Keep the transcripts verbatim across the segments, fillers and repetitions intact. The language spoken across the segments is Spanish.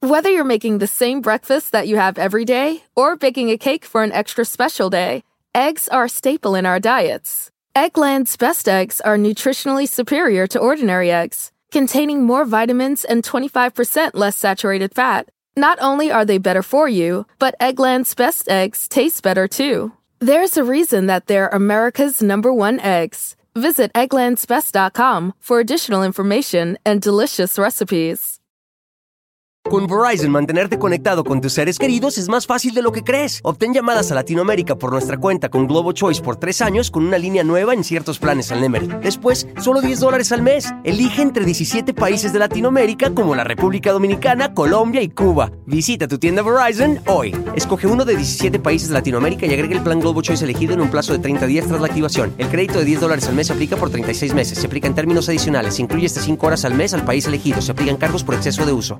Whether you're making the same breakfast that you have every day or baking a cake for an extra special day, eggs are a staple in our diets. Eggland's best eggs are nutritionally superior to ordinary eggs, containing more vitamins and twenty-five percent less saturated fat. Not only are they better for you, but Eggland's best eggs taste better too. There's a reason that they're America's number one eggs. Visit egglands best dot com for additional information and delicious recipes. Con Verizon, mantenerte conectado con tus seres queridos es más fácil de lo que crees. Obtén llamadas a Latinoamérica por nuestra cuenta con Globo Choice por tres años con una línea nueva en ciertos planes al Nemery. Después, solo diez dólares al mes. Elige entre diecisiete países de Latinoamérica como la República Dominicana, Colombia y Cuba. Visita tu tienda Verizon hoy. Escoge uno de diecisiete países de Latinoamérica y agrega el plan Globo Choice elegido en un plazo de treinta días tras la activación. El crédito de diez dólares al mes se aplica por treinta y seis meses. Se aplica en términos adicionales. Se incluye hasta cinco horas al mes al país elegido. Se aplican cargos por exceso de uso.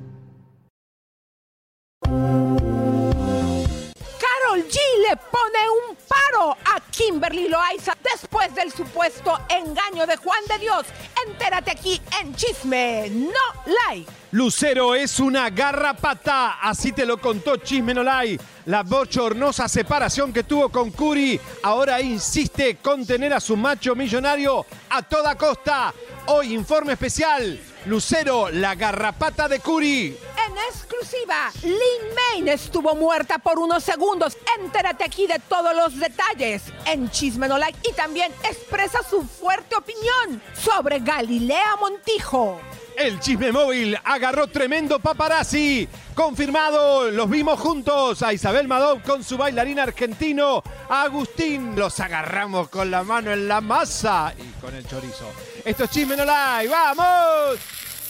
Karol G le pone un paro a Kimberly Loaiza después del supuesto engaño de Juan de Dios. Entérate aquí en Chisme No Like. Lucero es una garrapata, así te lo contó Chisme No Like. La bochornosa separación que tuvo con Curi ahora insiste con tener a su macho millonario a toda costa. Hoy, informe especial, Lucero, la garrapata de Curi. En exclusiva, Lin Main estuvo muerta por unos segundos. Entérate aquí de todos los detalles en Chisme No Like y también expresa su fuerte opinión sobre Galilea Montijo. El Chisme Móvil agarró tremendo paparazzi. Confirmado, los vimos juntos. A Isabel Madov con su bailarín argentino, a Agustín. Los agarramos con la mano en la masa y con el chorizo. Esto es Chisme No Like. ¡Vamos!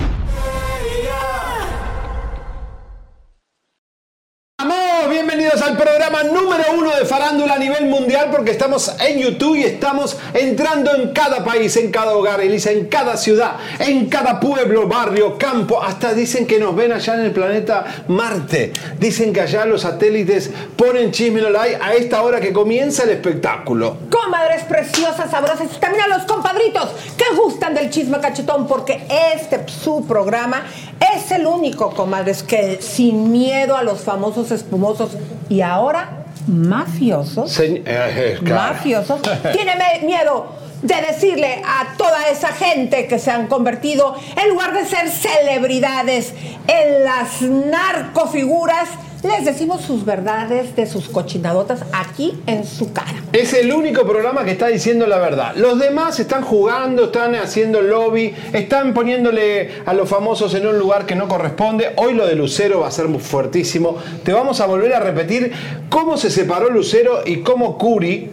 ¡Vamos! Bienvenidos al programa número uno de farándula a nivel mundial, porque estamos en YouTube y estamos entrando en cada país, en cada hogar, Elisa, en cada ciudad, en cada pueblo, barrio, campo. Hasta dicen que nos ven allá en el planeta Marte. Dicen que allá los satélites ponen Chisme No Like a esta hora que comienza el espectáculo. Comadres preciosas, sabrosas y también a los compadritos que gustan del chisme cachetón, porque este, su programa, es el único, comadres, que sin miedo a los famosos espumosos y ahora mafiosos, Se- eh, claro. mafiosos, tiene me- miedo de decirle a toda esa gente que se han convertido, en lugar de ser celebridades, en las narcofiguras, les decimos sus verdades de sus cochinadotas aquí en su cara. Es el único programa que está diciendo la verdad. Los demás están jugando, están haciendo lobby, están poniéndole a los famosos en un lugar que no corresponde. Hoy lo de Lucero va a ser muy fuertísimo. Te vamos a volver a repetir cómo se separó Lucero y cómo Curi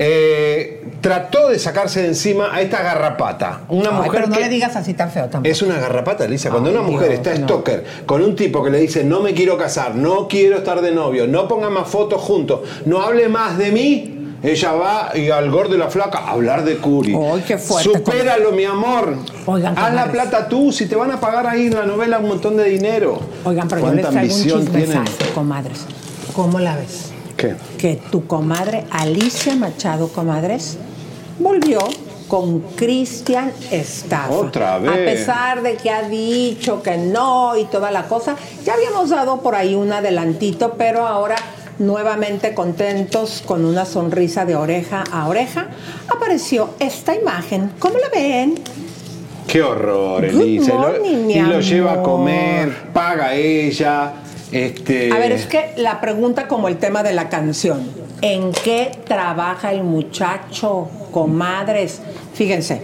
eh, trató de sacarse de encima a esta garrapata. Una Ay, mujer pero no que le digas así tan feo tampoco. es una garrapata, Elisa. Cuando Ay, una mujer Dios, está no. stalker con un tipo que le dice no me quiero casar, no quiero estar de novio, no ponga más fotos juntos, no hable más de mí, ella va y al gordo y la flaca a hablar de Curi. Ay, qué fuerte. Supéralo, mi amor. Oigan, haz la comadres. plata tú, si te van a pagar ahí en la novela un montón de dinero. Oigan, pero yo les ¿Cuánta traigo un ambición tienen? chismesazo, comadres. ¿Cómo la ves? ¿Qué? Que tu comadre Alicia Machado, comadres, volvió con Cristian Estafa. Otra vez. A pesar de que ha dicho que no y toda la cosa, ya habíamos dado por ahí un adelantito, pero ahora nuevamente contentos, con una sonrisa de oreja a oreja, apareció esta imagen. ¿Cómo la ven? Qué horror, Good Elisa. Y lo- morning, mi y lo lleva a amor. comer, paga ella. Este... A ver, es que la pregunta, como el tema de la canción, ¿en qué trabaja el muchacho, comadres? Fíjense,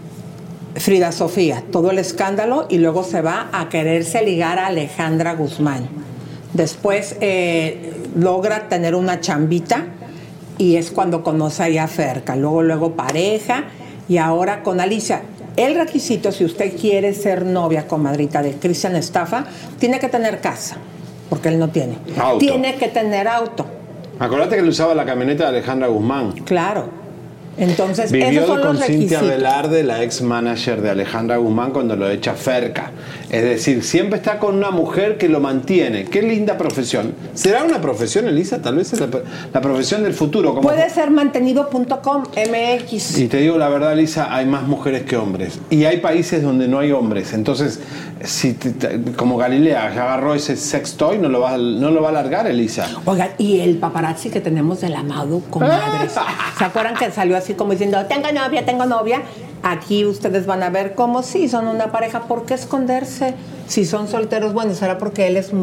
Frida Sofía, todo el escándalo, y luego se va a quererse ligar a Alejandra Guzmán. Después eh, logra tener una chambita y es cuando conoce a Ferca. Luego, luego pareja, y ahora con Alicia. El requisito, si usted quiere ser novia, comadrita, de Cristian Estafa, tiene que tener casa, porque él no tiene. Auto. Tiene que tener auto, Acordate que él usaba la camioneta de Alejandra Guzmán. claro. Entonces, Vivió esos son con los Cintia requisitos. Velarde, la ex manager de Alejandra Guzmán, cuando lo echa Ferca. Es decir, siempre está con una mujer que lo mantiene. Qué linda profesión. ¿Será una profesión, Elisa? Tal vez es la, la profesión del futuro. Como Puede ser mantenido punto com, M X. Y te digo la verdad, Elisa, hay más mujeres que hombres. Y hay países donde no hay hombres. Entonces, si te, te, como Galilea agarró ese sex toy, no lo va, no lo va a largar, Elisa. Oigan, y el paparazzi que tenemos del amado comadres. ¿Se acuerdan que salió así como diciendo, tengo novia, tengo novia? Aquí ustedes van a ver cómo sí, son una pareja. ¿Por qué esconderse? Si son solteros, bueno, ¿será porque él es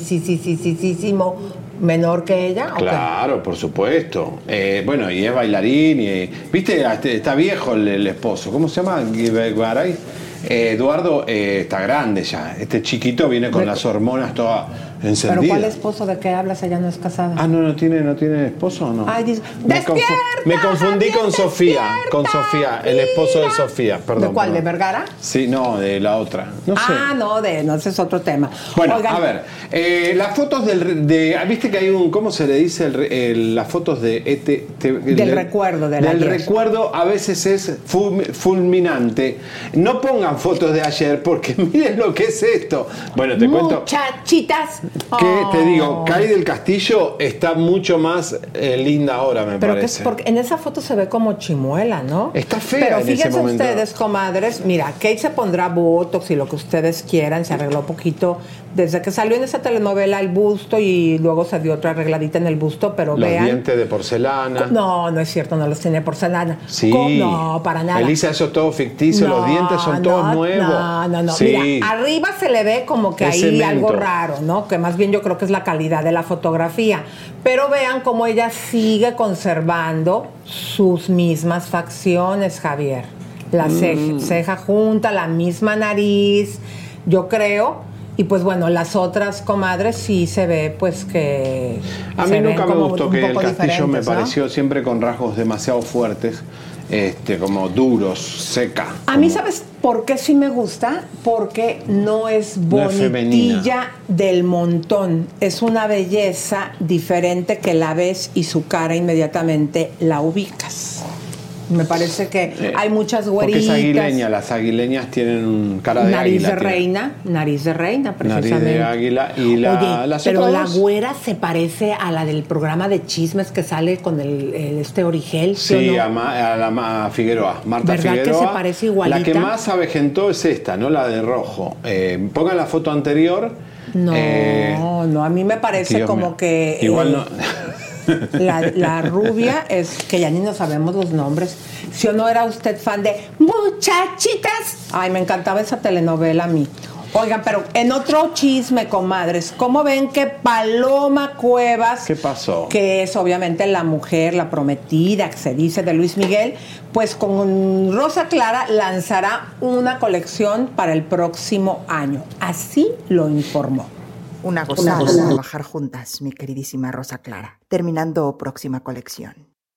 muchísimo menor que ella? Claro, okay. Por supuesto. Eh, bueno, y es bailarín. Y, ¿viste? Está viejo el, el esposo. ¿Cómo se llama? Garay. Eh, Eduardo eh, está grande ya. Este chiquito viene con las hormonas todas encendidas. ¿Pero cuál esposo? ¿De qué hablas? Ella no es casada. Ah, no, no tiene, no tiene esposo o no. Ay, dice, me, confu me confundí Javier, con Sofía. Despierta, con Sofía, el esposo de Sofía. Perdón. ¿De cuál? Perdón. ¿De Vergara? Sí, no, de la otra. No sé. Ah, no, de, no, ese es otro tema. Bueno, Oigan, a ver, eh, las fotos del. De, ¿Viste que hay un. ¿Cómo se le dice? El, el, las fotos de. Este, te, del de, recuerdo de Del ayer. recuerdo a veces es fulminante. No pongan fotos de ayer porque miren lo que es esto. Bueno, te cuento. Muchachitas. Que oh. te digo, Kai del Castillo está mucho más eh, me ahora, me pero parece. Que es porque en esa foto se ve como chimuela, ¿no? Está fea. Pero en fíjense ese momento. ustedes, comadres, mira, Kate se pondrá botox y lo que ustedes quieran, se arregló poquito desde que salió en esa telenovela el busto y luego se dio otra arregladita en el busto, pero los vean. Los dientes de porcelana. No, no es cierto, no los tiene porcelana. Sí. ¿Cómo? No, para nada. Elisa, eso es todo ficticio, no, los dientes son no, todos nuevos. No, no, no. Sí. Mira, arriba se le ve como que es hay cemento. Algo raro, ¿no? Que más bien yo creo que es la calidad de la fotografía. Pero vean cómo ella sigue conservando sus mismas facciones, Javier. La ceja, mm. ceja junta, la misma nariz, yo creo. Y pues bueno, las otras comadres sí se ve pues que... A mí nunca me gustó que el Castillo me ¿no? pareció siempre con rasgos demasiado fuertes. Este, como duros, seca. A como... mí, ¿sabes por qué sí me gusta? Porque no es bonitilla no es del montón. Es una belleza diferente que la ves y su cara inmediatamente la ubicas. Me parece que eh, hay muchas güeritas. Porque es aguileña, las aguileñas tienen un cara de nariz águila. Nariz de reina, nariz de reina, precisamente. Nariz de águila y la, Oye, las pero otras la dos. güera se parece a la del programa de chismes que sale con el, el este Origel. Sí, ¿sí no? a, Ma, a, la, a Figueroa, Marta ¿verdad Figueroa. que se parece igualita? La que más avejentó es esta, no la de rojo. Eh, pongan la foto anterior. No, eh, no, a mí me parece Dios como mío. que... Igual eh, no... La, la rubia es que ya ni no sabemos los nombres. Si o no era usted fan de Muchachitas. Ay, me encantaba esa telenovela a mí. Oigan, pero en otro chisme, comadres, ¿cómo ven que Paloma Cuevas, ¿qué pasó? Que es obviamente la mujer, la prometida, que se dice de Luis Miguel, pues con Rosa Clara lanzará una colección para el próximo año? Así lo informó. Una gozada de trabajar juntas, mi queridísima Rosa Clara, terminando próxima colección.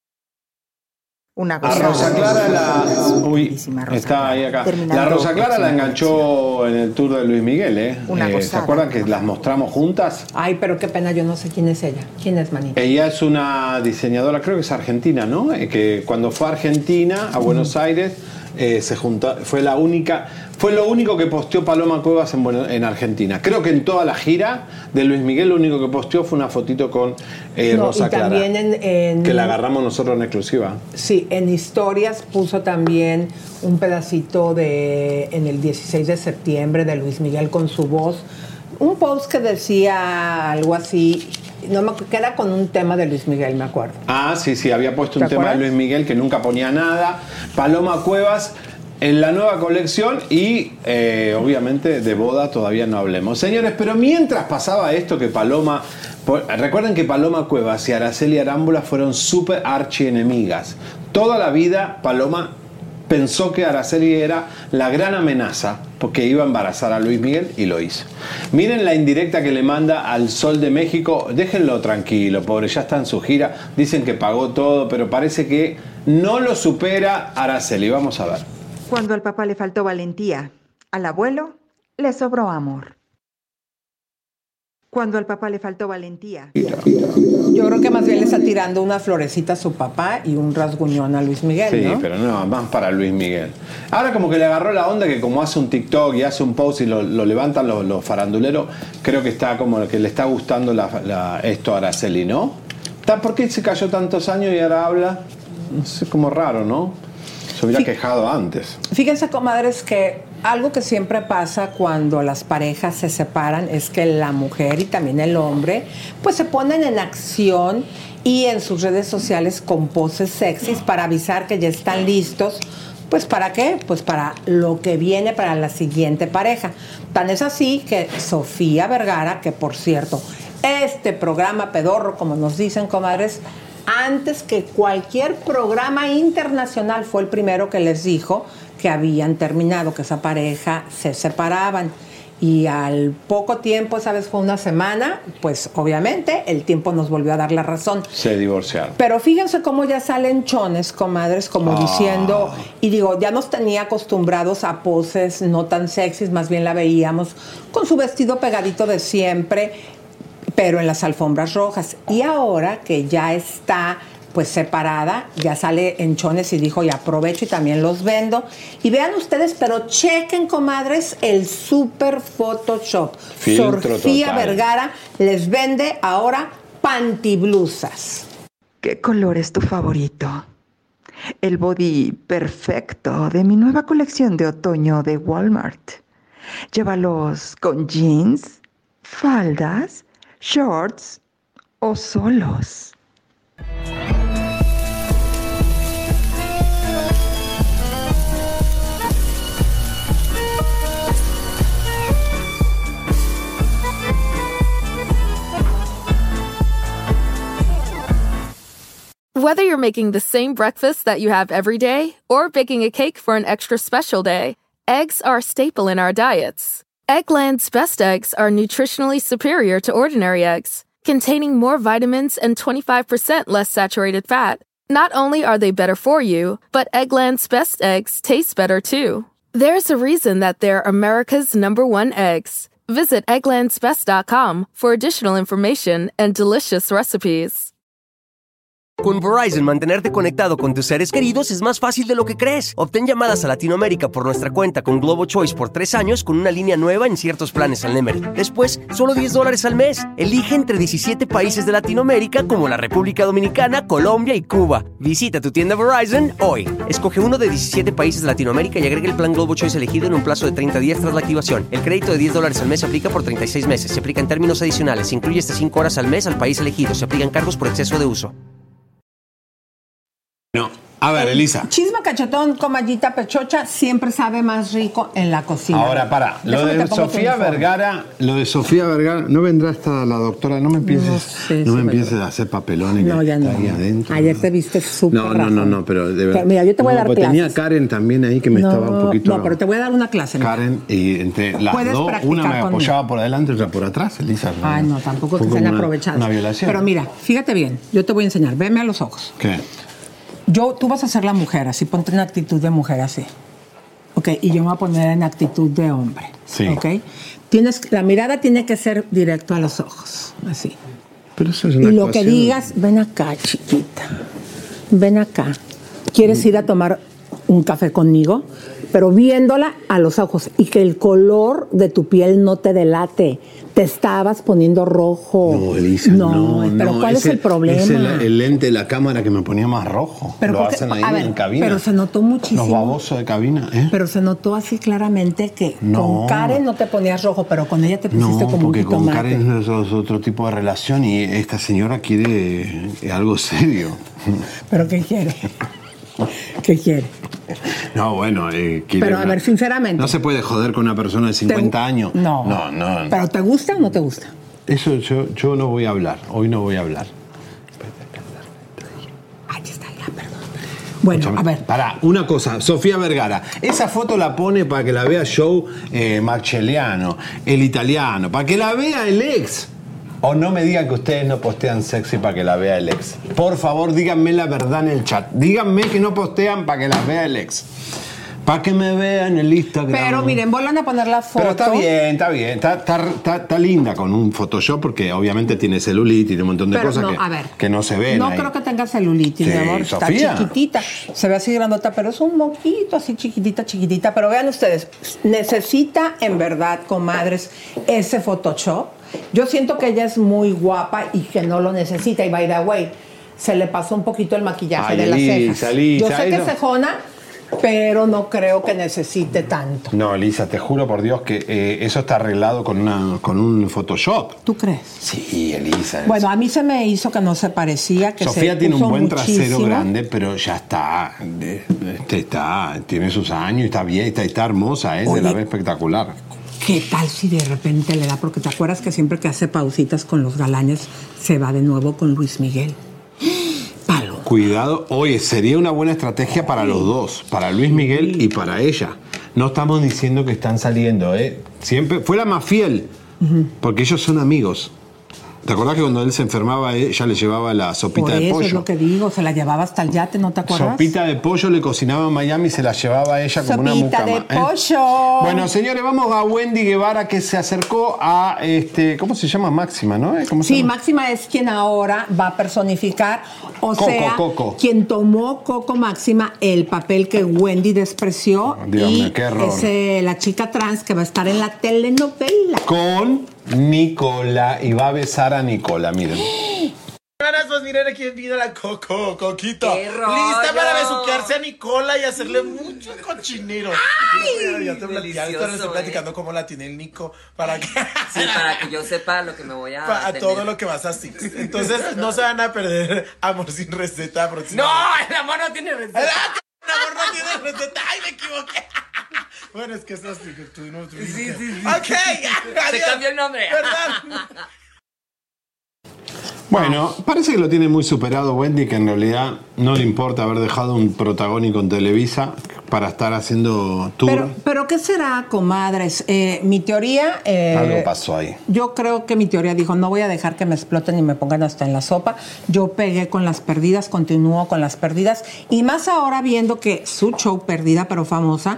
Una gozada. A Rosa Clara la... Uy, Rosa está Clara, ahí acá. terminando La Rosa Clara la enganchó colección. en el tour de Luis Miguel, ¿eh? Una eh ¿Se acuerdan que las mostramos juntas? Ay, pero qué pena, yo no sé quién es ella. ¿Quién es, manita? Ella es una diseñadora, creo que es argentina, ¿no? Eh, que cuando fue a Argentina, a Buenos Aires, eh, se juntó, fue la única, fue lo único que posteó Paloma Cuevas en, bueno, en Argentina. Creo que en toda la gira de Luis Miguel lo único que posteó fue una fotito con eh, no, Rosa y Clara. también en, en, que la agarramos nosotros en exclusiva. Sí, en historias puso también un pedacito de en el dieciséis de septiembre de Luis Miguel con su voz. Un post que decía algo así. No me acuerdo, que era con un tema de Luis Miguel, me acuerdo. Ah, sí, sí, había puesto un tema acuerdas? de Luis Miguel que nunca ponía nada. Paloma Cuevas en la nueva colección y eh, obviamente de boda todavía no hablemos. Señores, pero mientras pasaba esto que Paloma... Por, recuerden que Paloma Cuevas y Araceli Arámbula fueron súper archienemigas. Toda la vida Paloma pensó que Araceli era la gran amenaza porque iba a embarazar a Luis Miguel y lo hizo. Miren la indirecta que le manda al Sol de México. Déjenlo tranquilo, pobre, ya está en su gira. Dicen que pagó todo, pero parece que no lo supera Araceli. Vamos a ver. Cuando al papá le faltó valentía, al abuelo le sobró amor. Cuando al papá le faltó valentía. Yo creo que más bien le está tirando una florecita a su papá y un rasguñón a Luis Miguel, sí, ¿no? pero no, más para Luis Miguel. Ahora como que le agarró la onda que como hace un TikTok y hace un post y lo, lo levantan los, los faranduleros, creo que está como que le está gustando la, la, esto a Araceli, ¿no? ¿Por qué se cayó tantos años y ahora habla? No sé, como raro, ¿no? Se hubiera Fí- quejado antes. Fíjense, comadres, que algo que siempre pasa cuando las parejas se separan es que la mujer y también el hombre pues se ponen en acción y en sus redes sociales con poses sexys para avisar que ya están listos. Pues ¿para qué? Pues para lo que viene para la siguiente pareja. Tan es así que Sofía Vergara, que por cierto, este programa pedorro, como nos dicen, comadres, antes que cualquier programa internacional fue el primero que les dijo que habían terminado, que esa pareja se separaban. Y al poco tiempo, esa vez fue una semana, pues obviamente el tiempo nos volvió a dar la razón. Se divorciaron. Pero fíjense cómo ya salen chones, comadres, como oh. diciendo, y digo, ya nos tenía acostumbrados a poses no tan sexys, más bien la veíamos con su vestido pegadito de siempre, pero en las alfombras rojas. Y ahora que ya está pues separada, ya sale en chones y dijo, y aprovecho y también los vendo. Y vean ustedes, pero chequen, comadres, el super Photoshop. Filtro Sofía total. Vergara les vende ahora pantiblusas. ¿Qué color es tu favorito? El body perfecto de mi nueva colección de otoño de Walmart. Llévalos con jeans, faldas, shorts o solos. Whether you're making the same breakfast that you have every day or baking a cake for an extra special day, eggs are a staple in our diets. Eggland's best eggs are nutritionally superior to ordinary eggs, containing more vitamins and twenty-five percent less saturated fat. Not only are they better for you, but Eggland's best eggs taste better too. There's a reason that they're America's number one eggs. Visit egglands best dot com for additional information and delicious recipes. Con Verizon, mantenerte conectado con tus seres queridos es más fácil de lo que crees. Obtén llamadas a Latinoamérica por nuestra cuenta con Globo Choice por tres años con una línea nueva en ciertos planes al Nemery. Después, solo diez dólares al mes. Elige entre diecisiete países de Latinoamérica como la República Dominicana, Colombia y Cuba. Visita tu tienda Verizon hoy. Escoge uno de diecisiete países de Latinoamérica y agrega el plan Globo Choice elegido en un plazo de treinta días tras la activación. El crédito de diez dólares al mes se aplica por treinta y seis meses. Se aplica en términos adicionales. Se incluye hasta cinco horas al mes al país elegido. Se aplican cargos por exceso de uso. No. A ver, Elisa. Chisme cachetón con mallita pechocha siempre sabe más rico en la cocina. Ahora, para. Lo de Sofía Vergara, lo de Sofía Vergara, no vendrá hasta la doctora, no me empieces, no, sé, no me empieces a hacer papelones no, que ya está no. ahí adentro. Ayer te viste súper No, no, no, no, pero de verdad. Pero mira, yo te voy no, a dar clases. Tenía Karen también ahí que me no, estaba un poquito. No, pero te voy a dar una clase. Karen, y entre las dos, una me apoyaba conmigo por adelante y otra por atrás, Elisa. No, Ay, no, tampoco que sean aprovechadas. Una violación. Pero mira, fíjate bien, yo te voy a enseñar, veme a los ojos. ¿Qué? Yo, tú vas a ser la mujer, así, ponte en actitud de mujer, así. Ok, y yo me voy a poner en actitud de hombre. Sí. Ok. Tienes, la mirada tiene que ser directo a los ojos, así. Pero eso es una Y lo actuación. que digas, ven acá, chiquita. Ven acá. ¿Quieres ir a tomar un café conmigo? Pero viéndola a los ojos y que el color de tu piel no te delate. Te estabas poniendo rojo. No, Elisa, no. no, pero no, ¿cuál es el, el problema? Es el, el lente de la cámara que me ponía más rojo. Pero lo porque, hacen ahí a ver, en cabina. Pero se notó muchísimo. Los babosos de cabina, ¿eh? Pero se notó así claramente que no. con Karen no te ponías rojo, pero con ella te pusiste no, como un porque con jitomate. Karen es otro tipo de relación y esta señora quiere algo serio. ¿Pero qué quiere? ¿Qué quiere? No, bueno, eh, quiere Pero a una... ver, sinceramente. No se puede joder con una persona de cincuenta te... años. No. No, no. ¿Pero te gusta o no te gusta? Eso yo, yo no voy a hablar. Hoy no voy a hablar. Ahí está, ya, perdón. Bueno, Escúchame, a ver. Pará, una cosa, Sofía Vergara. Esa foto la pone para que la vea Joe eh, Marcelliano, el italiano, para que la vea el ex. O no me digan que ustedes no postean sexy para que la vea el ex. Por favor, díganme la verdad en el chat. Díganme que no postean para que la vea el ex. Para que me vean en el Instagram. Pero miren, vuelvan a poner la foto. Pero está bien, está bien. Está, está, está, está linda con un Photoshop porque obviamente tiene celulitis, tiene un montón de Pero cosas no, que, a ver, que no se ven No ahí. creo que tenga celulitis, Sí, mi amor. Sofía. Está chiquitita. Se ve así grandota, pero es un moquito así chiquitita, chiquitita. Pero vean ustedes, necesita en verdad, comadres, ese Photoshop. Yo siento que ella es muy guapa y que no lo necesita. Y by the way, se le pasó un poquito el maquillaje Ay, de las Elisa, cejas. Elisa, Yo sé eso. que cejona, pero no creo que necesite tanto. No, Elisa, te juro por Dios que eh, eso está arreglado con, una, con un Photoshop. ¿Tú crees? Sí, Elisa. Bueno, a mí se me hizo que no se parecía, que Sofía se tiene un puso buen muchísimo. trasero grande, pero ya está, este está, tiene sus años, está bien, está, está hermosa, ¿eh? Oye, Se la ve espectacular. ¿Qué tal si de repente le da? Porque te acuerdas que siempre que hace pausitas con los galanes se va de nuevo con Luis Miguel. Palo. Cuidado, oye, sería una buena estrategia para los dos, para Luis Miguel y para ella. No estamos diciendo que están saliendo, ¿eh? Siempre fue la más fiel, uh-huh. porque ellos son amigos. ¿Te acuerdas que cuando él se enfermaba, ella le llevaba la sopita Por de eso pollo? es lo que digo, se la llevaba hasta el yate, ¿no te acuerdas? Sopita de pollo le cocinaba en Miami y se la llevaba a ella como Sopita una mucama. de ¿eh? pollo. Bueno, señores, vamos a Wendy Guevara, que se acercó a, este, ¿cómo se llama? Máxima, ¿no? ¿Cómo se Sí, llama? Máxima es quien ahora va a personificar, o Coco, sea, Coco. quien tomó Coco Máxima, el papel que Wendy despreció. Oh, Dios y mío, qué error. es eh, la chica trans que va a estar en la telenovela. Con Nicola, y va a besar a Nicola, miren. Buenas, pues miren aquí viene la Coco, Coquito. ¡Qué rollo! Lista para besuquearse a Nicola y hacerle mucho cochinero. Ay, ya te platicaba, ahorita les estoy platicando eh. cómo la tiene el Nico para que, sí, para que yo sepa lo que me voy a pa, a tener. todo lo que vas a Six. Entonces no se van a perder Amor sin receta próxima. No, el amor no tiene receta. El amor no tiene receta. Ay, me equivoqué. Bueno, es que es así, que tú no tú Sí, sí, sí. Ok, ya, se cambió el nombre. ¿Verdad? Bueno, parece que lo tiene muy superado Wendy, que en realidad no le importa haber dejado un protagónico en Televisa para estar haciendo tour. Pero, pero ¿qué será, comadres? Eh, mi teoría... Eh, Algo pasó ahí. Yo creo que mi teoría dijo, no voy a dejar que me exploten y me pongan hasta en la sopa. Yo pegué con las perdidas, continúo con las perdidas. Y más ahora viendo que su show Perdida pero Famosa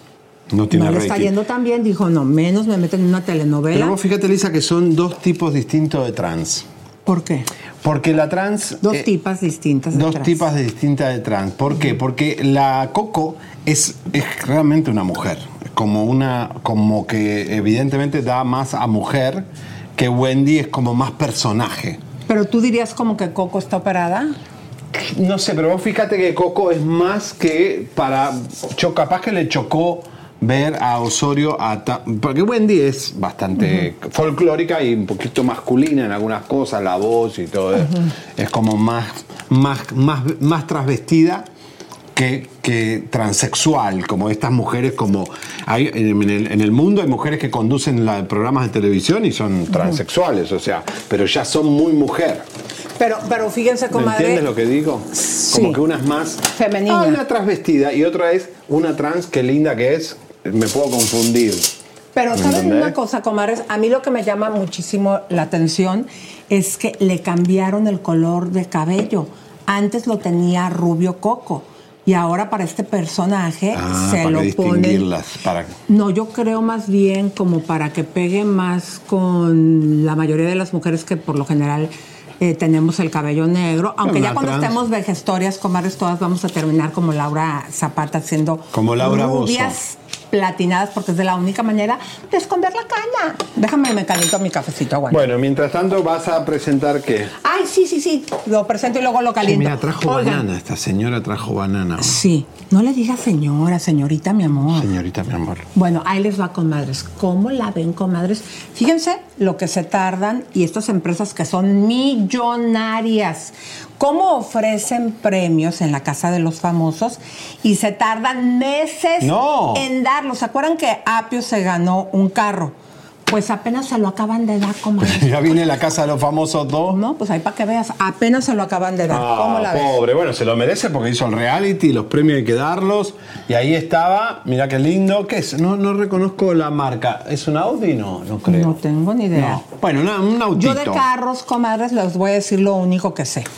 No tiene no le rating. está yendo tan bien, dijo, no, menos me meten en una telenovela. Pero vos fíjate, Lisa, que son dos tipos distintos de trans. ¿Por qué? Porque la trans... Dos eh, tipas distintas de Dos trans. tipas distintas de trans. ¿Por qué? Porque la Coco es, es realmente una mujer. Como una, como que evidentemente da más a mujer, que Wendy es como más personaje. Pero tú dirías como que Coco está operada. No sé, pero vos fíjate que Coco es más que para... Cho, capaz que le chocó ver a Osorio a ta- porque Wendy es bastante uh-huh. folclórica y un poquito masculina en algunas cosas, la voz y todo. Uh-huh. Es como más, más, más, más transvestida que, que transexual, como estas mujeres, como hay en el, en el mundo hay mujeres que conducen la, programas de televisión y son transexuales, uh-huh. o sea, pero ya son muy mujer. Pero, pero fíjense, comadre. ¿Entiendes lo que digo? Sí. Como que una es más femenina. Ah, una transvestida y otra es una trans, qué linda que es. Me puedo confundir. Pero ¿saben una cosa, comadres? A mí lo que me llama muchísimo la atención es que le cambiaron el color de cabello. Antes lo tenía rubio Coco y ahora para este personaje ah, se para lo distinguirlas, ponen... para... No, yo creo más bien como para que pegue más con la mayoría de las mujeres que por lo general... Eh, tenemos el cabello negro, aunque Pero ya cuando trans... estemos vejestorias, comadres, todas vamos a terminar como Laura Zapata haciendo como Laura rubias platinadas, porque es de la única manera de esconder la caña. Déjame, me caliento mi cafecito, aguanta. Bueno, mientras tanto, ¿vas a presentar qué? Ay, sí, sí, sí, lo presento y luego lo caliento. Sí, mira, trajo Oigan, banana, esta señora trajo banana. Sí, no le digas señora, señorita, mi amor. Señorita, mi amor. Bueno, ahí les va, comadres. ¿Cómo la ven, comadres? Fíjense lo que se tardan y estas empresas que son millonarias, cómo ofrecen premios en la Casa de los Famosos y se tardan meses no. en darlos. ¿Se acuerdan que Apio se ganó un carro? Pues apenas se lo acaban de dar, comadres. Ya viene la Casa de los Famosos dos. No, pues ahí para que veas, apenas se lo acaban de dar. Ah, ¿Cómo la ves? pobre, bueno, se lo merece porque hizo el reality, los premios hay que darlos. Y ahí estaba, mira qué lindo. ¿Qué es? No, no reconozco la marca. ¿Es un Audi? No, no creo. No tengo ni idea. No. Bueno, una, un autito. Yo de carros, comadres, les voy a decir lo único que sé.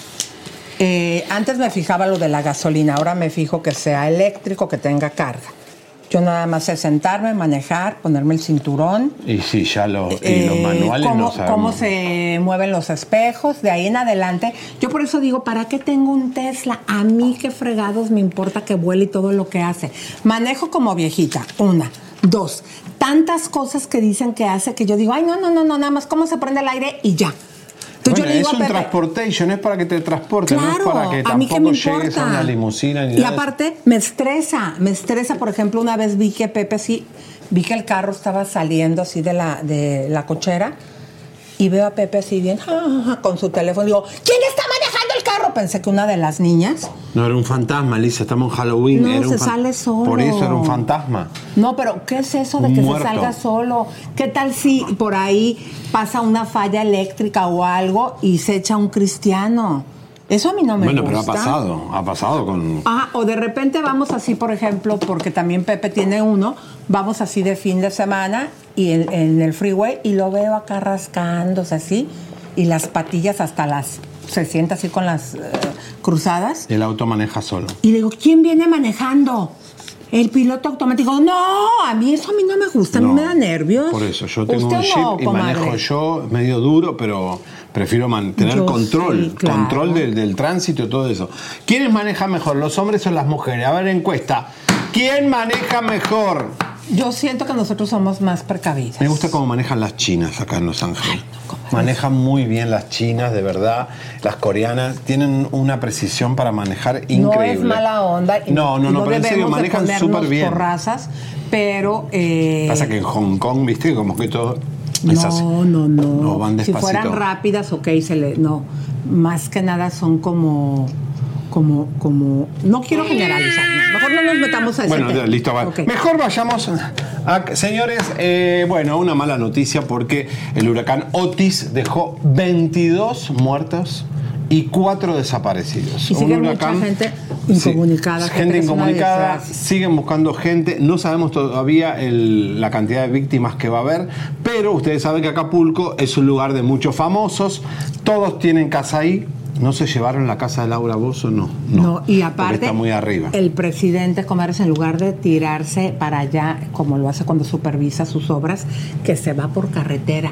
Eh, antes me fijaba lo de la gasolina, ahora me fijo que sea eléctrico, que tenga carga. Yo nada más sé sentarme, manejar, ponerme el cinturón. Y sí, ya lo, y eh, los manuales cómo, no sabemos. cómo se mueven los espejos, de ahí en adelante. Yo por eso digo, ¿para qué tengo un Tesla? A mí qué fregados me importa que vuele y todo lo que hace. Manejo como viejita, una. Dos, tantas cosas que dicen que hace que yo digo, ay, no, no, no, no, nada más cómo se prende el aire y ya. Entonces Bueno, yo le digo es a un Pepe, transportation, es para que te transporten, claro, no es para que a mí qué tampoco me llegues importa. a una limusina ni Y nada de aparte, me estresa, me estresa. Por ejemplo, una vez vi que Pepe sí, vi que el carro estaba saliendo así de la, de la cochera y veo a Pepe así bien, ja, ja, ja, con su teléfono. Digo, ¿quién está manejando el carro? Pensé que una de las niñas. No, era un fantasma, Lisa, estamos en Halloween. No, era un se fan- sale solo. Por eso era un fantasma. No, pero ¿qué es eso de Un que muerto. se salga solo? ¿Qué tal si por ahí pasa una falla eléctrica o algo y se echa un cristiano? Eso a mí no me Bueno, gusta. pero ha pasado, ha pasado con... Ajá, o de repente vamos así, por ejemplo, porque también Pepe tiene uno, vamos así de fin de semana y en, en el freeway y lo veo acá rascándose así y las patillas hasta las... se sienta así con las eh, cruzadas. El auto maneja solo. Y le digo, ¿quién viene manejando? El piloto automático. No, a mí eso a mí no me gusta, a mí No, me da nervios. Por eso, yo tengo Usted un Jeep no, y comadre. manejo yo medio duro, pero prefiero mantener Yo control, sí, claro. control del, del tránsito y todo eso. ¿Quiénes manejan mejor, los hombres o las mujeres? A ver, encuesta. ¿Quién maneja mejor? Yo siento que nosotros somos más precavidas. Me gusta cómo manejan las chinas acá en Los Ángeles. Ay, no, comadre. Manejan muy bien las chinas, de verdad. Las coreanas tienen una precisión para manejar increíble. No es mala onda. y No, no, y no, pero en serio, debemos de manejan ponernos súper bien. por razas, pero... eh, Pasa que en Hong Kong, viste, como que todo es así. No, no, no. No, van Si despacito. fueran rápidas, ok, se le... No, más que nada son como... Como, como... No quiero generalizar, no. Mejor no nos metamos a ese Bueno, tema. ya, listo, va. Ok. Mejor vayamos a... Señores, eh, bueno, una mala noticia porque el huracán Otis dejó veintidós muertos y cuatro desaparecidos. Y sigue Un mucha huracán- gente incomunicada, Sí, gente gente que es una incomunicada, desgracia. siguen buscando gente, no sabemos todavía el- la cantidad de víctimas que va a haber, pero ustedes saben que Acapulco es un lugar de muchos famosos, todos tienen casa ahí. ¿No se llevaron la casa de Laura Bozzo? No, no. No, y porque aparte, está muy arriba. el presidente Comares, en lugar de tirarse para allá, como lo hace cuando supervisa sus obras, que se va por carretera,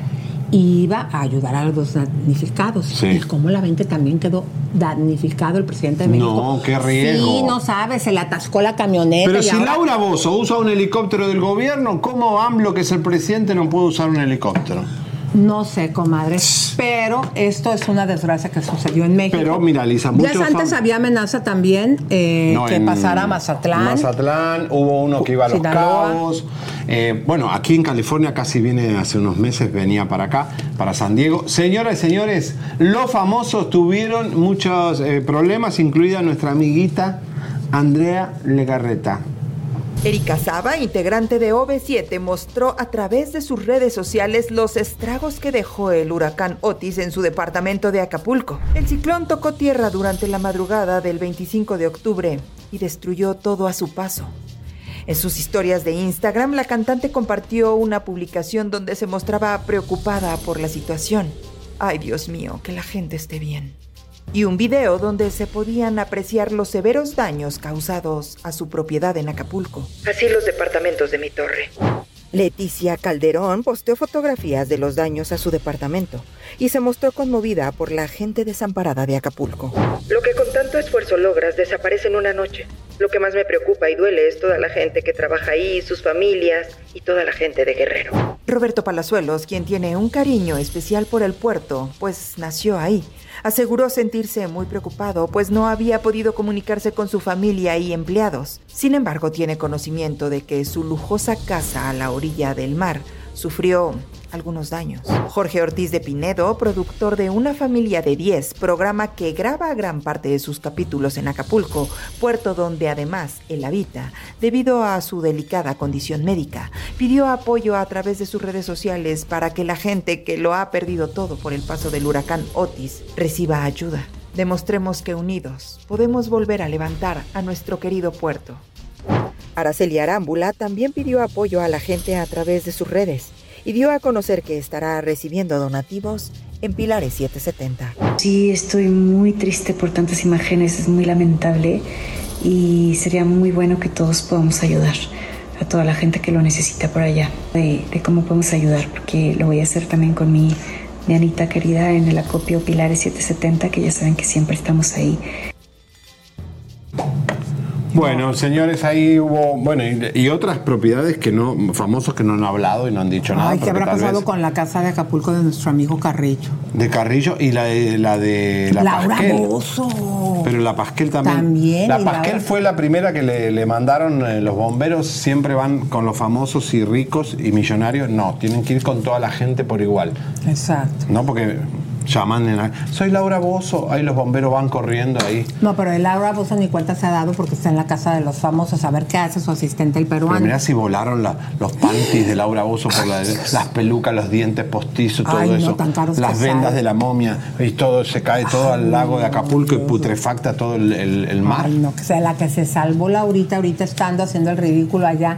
iba a ayudar a los damnificados. Sí. Y como la ven que también quedó damnificado el presidente de México. No, qué riesgo. Sí, no sabe, se le atascó la camioneta. Pero y si ahora- Laura Bozzo usa un helicóptero del gobierno, ¿cómo AMLO, que es el presidente, no puede usar un helicóptero? No sé, comadre, pero esto es una desgracia que sucedió en México. Pero, mira, Lisa, Días muchos antes fam- había amenaza también eh, No, que en pasara a Mazatlán. Mazatlán, hubo uno que iba a Los Sinaloa. Cabos. Eh, bueno, aquí en California casi viene hace unos meses, venía para acá, para San Diego. Señoras y señores, los famosos tuvieron muchos eh, problemas, incluida nuestra amiguita Andrea Legarreta. Erika Saba, integrante de O V siete, mostró a través de sus redes sociales los estragos que dejó el huracán Otis en su departamento de Acapulco. El ciclón tocó tierra durante la madrugada del veinticinco de octubre y destruyó todo a su paso. En sus historias de Instagram, la cantante compartió una publicación donde se mostraba preocupada por la situación. Ay, Dios mío, que la gente esté bien. Y un video donde se podían apreciar los severos daños causados a su propiedad en Acapulco. Así los departamentos de mi torre. Leticia Calderón posteó fotografías de los daños a su departamento y se mostró conmovida por la gente desamparada de Acapulco. Lo que con tanto esfuerzo logras desaparece en una noche. Lo que más me preocupa y duele es toda la gente que trabaja ahí, sus familias y toda la gente de Guerrero. Roberto Palazuelos, quien tiene un cariño especial por el puerto, pues nació ahí, aseguró sentirse muy preocupado, pues no había podido comunicarse con su familia y empleados. Sin embargo, tiene conocimiento de que su lujosa casa a la orilla del mar sufrió algunos daños. Jorge Ortiz de Pinedo, productor de Una Familia de diez, programa que graba gran parte de sus capítulos en Acapulco, puerto donde además él habita, debido a su delicada condición médica, pidió apoyo a través de sus redes sociales para que la gente que lo ha perdido todo por el paso del huracán Otis reciba ayuda. Demostremos que unidos podemos volver a levantar a nuestro querido puerto. Araceli Arámbula también pidió apoyo a la gente a través de sus redes y dio a conocer que estará recibiendo donativos en Pilares setecientos setenta. Sí, estoy muy triste por tantas imágenes, es muy lamentable y sería muy bueno que todos podamos ayudar a toda la gente que lo necesita por allá, de, de cómo podemos ayudar, porque lo voy a hacer también con mi, mi Anita querida en el acopio Pilares setecientos setenta, que ya saben que siempre estamos ahí. Bueno, señores, ahí hubo, bueno, y, y otras propiedades que no, famosos que no han hablado y no han dicho nada. Ay, ¿qué habrá pasado vez, con la casa de Acapulco de nuestro amigo Carrillo? De Carrillo y la de la de la Laura Pasquel. Bozzo. Pero la Pasquel también. También, La y Pasquel Laura- fue la primera que le, le mandaron eh, los bomberos. Siempre van con los famosos y ricos y millonarios. No, tienen que ir con toda la gente por igual. Exacto. No, porque llaman en la- soy Laura Bozzo, ahí los bomberos van corriendo ahí. No, pero el Laura Bozzo ni cuenta se ha dado porque está en la casa de los famosos. A ver qué hace su asistente el Pero peruano. mirá si volaron la- los panties de Laura Bozzo por la- las pelucas, los dientes postizos, todo Ay, no, eso. tan caros las que vendas salen. de la momia y todo se cae todo al lago de Acapulco y putrefacta todo el, el- el mar. Ay, no, que sea la que se salvó Laurita ahorita estando haciendo el ridículo allá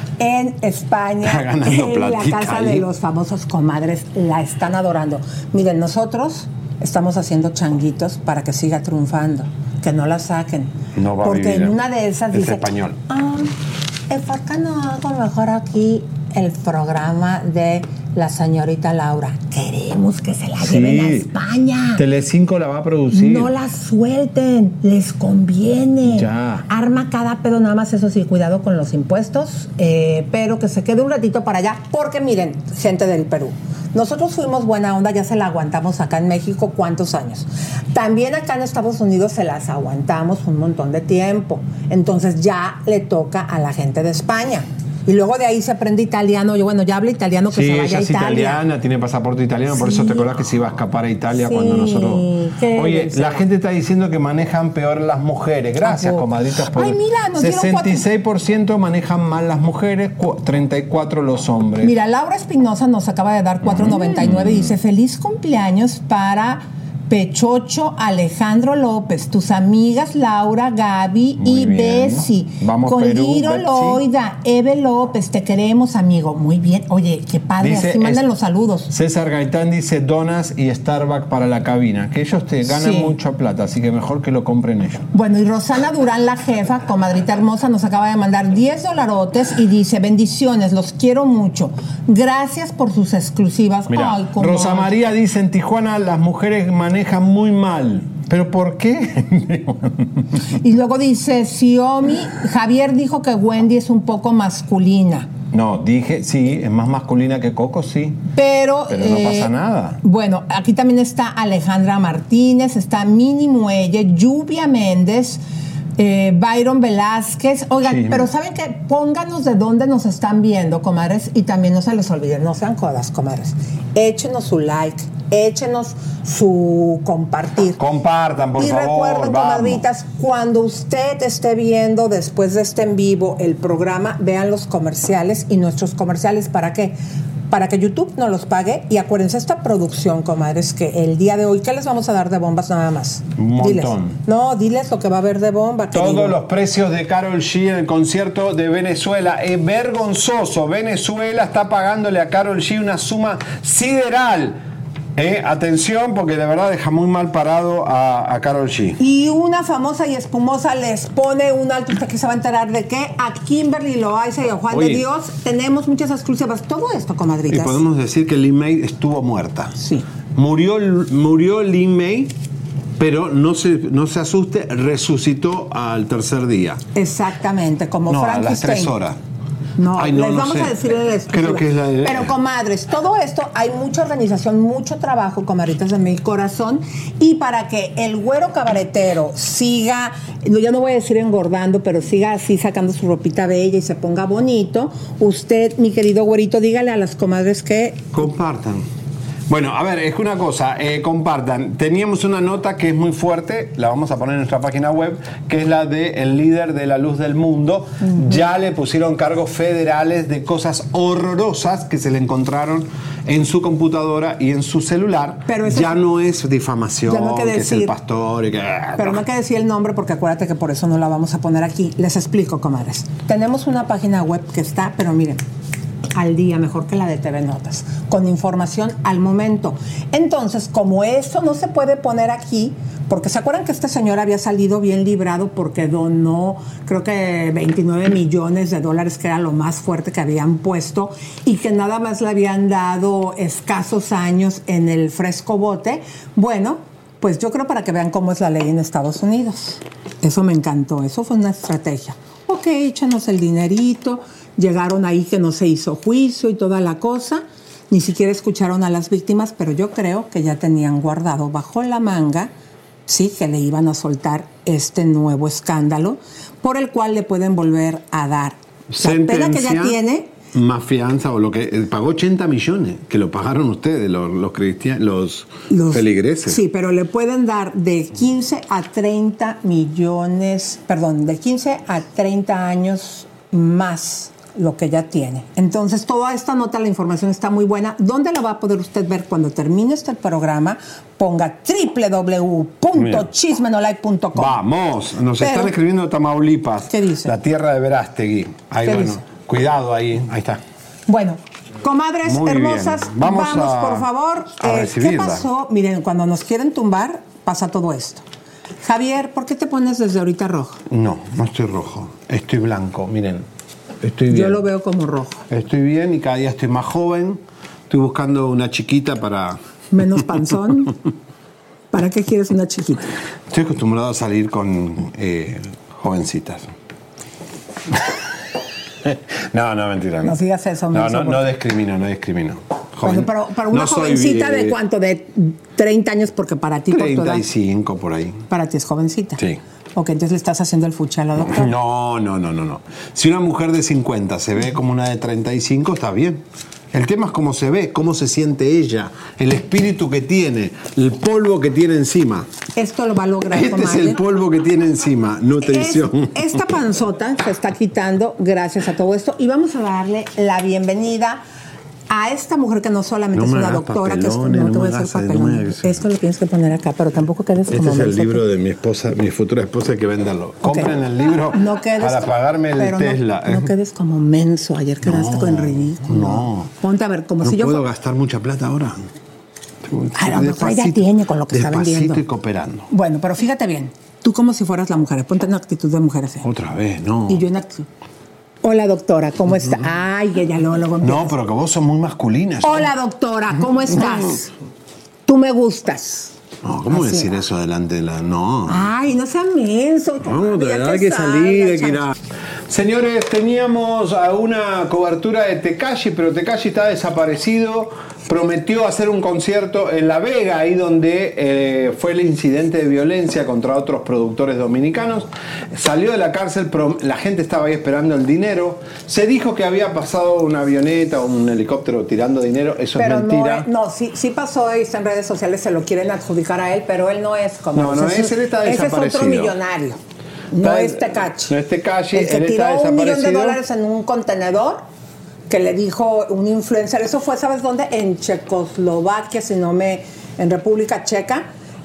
en España, Está ganando en la platita casa ahí. de los famosos comadres, la están adorando. Miren, nosotros estamos haciendo changuitos para que siga triunfando, que no la saquen. No va a porque vivir, en una de esas es dice, español. ah, ¿por qué no hago mejor aquí el programa de la señorita Laura? Queremos que se la lleven a España. Telecinco la va a producir. No la suelten, les conviene. Ya. Arma cada pedo, nada más eso sí, cuidado con los impuestos, eh, pero que se quede un ratito para allá, porque miren, gente del Perú, nosotros fuimos buena onda, ya se la aguantamos acá en México, ¿cuántos años? También acá en Estados Unidos se las aguantamos un montón de tiempo, entonces ya le toca a la gente de España. Y luego de ahí se aprende italiano. Yo, bueno, ya habla italiano, que Sí, se vaya ella a es Italia. italiana, tiene pasaporte italiano, por Sí. eso te acordás que se iba a escapar a Italia Sí, cuando nosotros... qué Oye, deseo. la gente está diciendo que manejan peor las mujeres. Gracias, Tampoco. comadritas. Por... Ay, mira, nos dieron sesenta y seis por ciento manejan mal las mujeres, cu- treinta y cuatro por ciento los hombres. Mira, Laura Espinosa nos acaba de dar cuatro noventa y nueve y dice, feliz cumpleaños para Pechocho Alejandro López, tus amigas Laura, Gaby Muy y bien. Bessie. Vamos, con Perú, Liro Betsy. Loida, Eve López, te queremos, amigo. Muy bien. Oye, qué padre, Dice, así mandan es- los saludos. César Gaitán dice donas y Starbucks para la cabina, que ellos te ganan Sí. mucha plata, así que mejor que lo compren ellos. Bueno, y Rosana Durán, la jefa, comadrita hermosa, nos acaba de mandar diez dolarotes y dice, bendiciones, los quiero mucho. Gracias por sus exclusivas. Mira, Ay, comadre. Rosa María dice, en Tijuana las mujeres manejan muy mal. ¿Pero por qué? Y luego dice, Xiomi, Javier dijo que Wendy es un poco masculina. No, dije, sí, es más masculina que Coco, sí. Pero, Pero no pasa nada. Bueno, aquí también está Alejandra Martínez, está Mini Muelle, Lluvia Méndez, eh, Byron Velázquez. Oigan, Sí. pero ¿saben qué? Pónganos de dónde nos están viendo, comadres, y también no se les olviden, no sean codas, comadres. Échenos su like, échenos su compartir. Compartan, por y favor. recuerden, vamos. comadritas, cuando usted esté viendo después de este en vivo el programa, vean los comerciales y nuestros comerciales. ¿Para qué? Para que YouTube no los pague. Y acuérdense, esta producción, comadres, que el día de hoy, ¿qué les vamos a dar de bombas nada más? Un montón. Diles. No, diles lo que va a haber de bomba. Todos querido. los precios de Karol G en el concierto de Venezuela. Es vergonzoso. Venezuela está pagándole a Karol G una suma sideral. Eh, atención, porque de verdad deja muy mal parado a, a Karol G. Y una famosa y espumosa les pone un alto. Usted que se va a enterar de qué. A Kimberly Loaiza y a Juan Oye. de Dios tenemos muchas exclusivas. Todo esto, Y comadritas. podemos decir que Lin May estuvo muerta. Sí. Murió, murió Lin May, pero no se, no se asuste, resucitó al tercer día. Exactamente, como No, a las Frankenstein. tres horas. No, Ay, no, les no vamos sé. a decir en la exclusiva. Creo que es la de- Pero, comadres, todo esto, hay mucha organización, mucho trabajo, comadritas de mi corazón, y para que el güero cabaretero siga, no, ya no voy a decir engordando, pero siga así sacando su ropita bella y se ponga bonito, usted, mi querido güerito, dígale a las comadres que... Compartan. Bueno, a ver, es que una cosa, eh, compartan. Teníamos una nota que es muy fuerte, la vamos a poner en nuestra página web, que es la de el líder de la luz del mundo. Uh-huh. Ya le pusieron cargos federales de cosas horrorosas que se le encontraron en su computadora y en su celular. Pero eso ya es, no es difamación, ya no hay que, que decir, es el pastor y que... Pero no hay que decir el nombre porque acuérdate que por eso no la vamos a poner aquí. Les explico, comadres. Tenemos una página web que está, pero miren, al día, mejor que la de T V Notas, con información al momento. Entonces, como eso no se puede poner aquí, porque se acuerdan que este señor había salido bien librado porque donó, creo que veintinueve millones de dólares, que era lo más fuerte que habían puesto, y que nada más le habían dado escasos años en el fresco bote. Bueno, Pues yo creo para que vean cómo es la ley en Estados Unidos. Eso me encantó, eso fue una estrategia. Ok, échanos el dinerito, llegaron ahí que no se hizo juicio y toda la cosa, ni siquiera escucharon a las víctimas, pero yo creo que ya tenían guardado bajo la manga, sí, que le iban a soltar este nuevo escándalo, por el cual le pueden volver a dar la pena que ya tiene. Más fianza o lo que eh, pagó ochenta millones, que lo pagaron ustedes, los, los cristianos, los, los feligreses. Sí, pero le pueden dar de quince a treinta millones, perdón, de quince a treinta años más lo que ya tiene. Entonces, toda esta nota, la información está muy buena. ¿Dónde la va a poder usted ver cuando termine este programa? Ponga doble u doble u doble u punto chismenolive punto com. Vamos, nos Pero, están escribiendo Tamaulipas. ¿Qué dice? La tierra de Verástegui. Ahí, ¿Qué bueno, dice? cuidado ahí, ahí está. Bueno, comadres Muy hermosas, bien. Vamos vamos, a- por favor. a Eh, ¿Qué recibirla. pasó? Miren, cuando nos quieren tumbar, pasa todo esto. Javier, ¿por qué te pones desde ahorita rojo? No, no estoy rojo, estoy blanco, miren. Estoy bien. Yo lo veo como rojo. Estoy bien y cada día estoy más joven. Estoy buscando una chiquita para... Menos panzón. ¿Para qué quieres una chiquita? Estoy acostumbrado a salir con eh, jovencitas. No, no, mentira. No digas eso, No, menso, no, no porque- discrimino, no discrimino. Bueno, pero para una no soy, jovencita eh, de cuánto, de treinta años, porque para ti, por tu edad, treinta y cinco por ahí. para ti es jovencita. Sí. Ok, entonces le estás haciendo el fuchi a la doctora. No, no, no, no, no. Si una mujer de cincuenta se ve como una de treinta y cinco, está bien. El tema es cómo se ve, cómo se siente ella, el espíritu que tiene, el polvo que tiene encima. Esto lo va a lograr, Este es comadre. el polvo que tiene encima, nutrición. Es- esta panzota se está quitando gracias a todo esto y vamos a darle la bienvenida a esta mujer que no solamente No es me una hagas doctora, que es, papelones, no no te voy me a hacer hagas- no me papelón. hagas- Esto lo tienes que poner acá, pero tampoco quedes Este como es el menso. libro de mi esposa, mi futura esposa, hay que venderlo. Compren el libro No quedes- para pagarme el pero no- Tesla. No, quedes como menso. Ayer quedaste No, con ridículo. no. Ponte a ver, como No si yo puedo fu- gastar mucha plata ahora. A lo mejor ya tiene con lo que está vendiendo. Despacito y cooperando. Bueno, pero fíjate bien. Tú como si fueras la mujer. Ponte en actitud de mujer así. Otra vez, no. Y yo en actitud. Hola, doctora, ¿cómo está? Ay, ella luego, luego empieza. No, pero que vos sos muy masculina. Hola, doctora, ¿cómo estás? Tú me gustas. No, ¿cómo Así. decir eso delante de la.? No. Ay, no seas menso. Vamos, todavía hay que salga, salir, hay que ir chavo. a... Señores, teníamos a una cobertura de Tekashi, pero Tekashi está desaparecido. Prometió hacer un concierto en La Vega, ahí donde eh, fue el incidente de violencia contra otros productores dominicanos. Salió de la cárcel, pero la gente estaba ahí esperando el dinero. Se dijo que había pasado una avioneta o un helicóptero tirando dinero. Eso Pero es no, mentira. es- no, sí, sí pasó, y está en redes sociales, se lo quieren adjudicar a él, pero él no es como... No, no es, él está Ese es desaparecido. otro millonario. No Está- es Tekashi. no es Tekashi, El que él tiró está un millón de desaparecido. dólares en un contenedor que le dijo un influencer. Eso fue, ¿sabes dónde? En Checoslovaquia, si no me... En República Checa.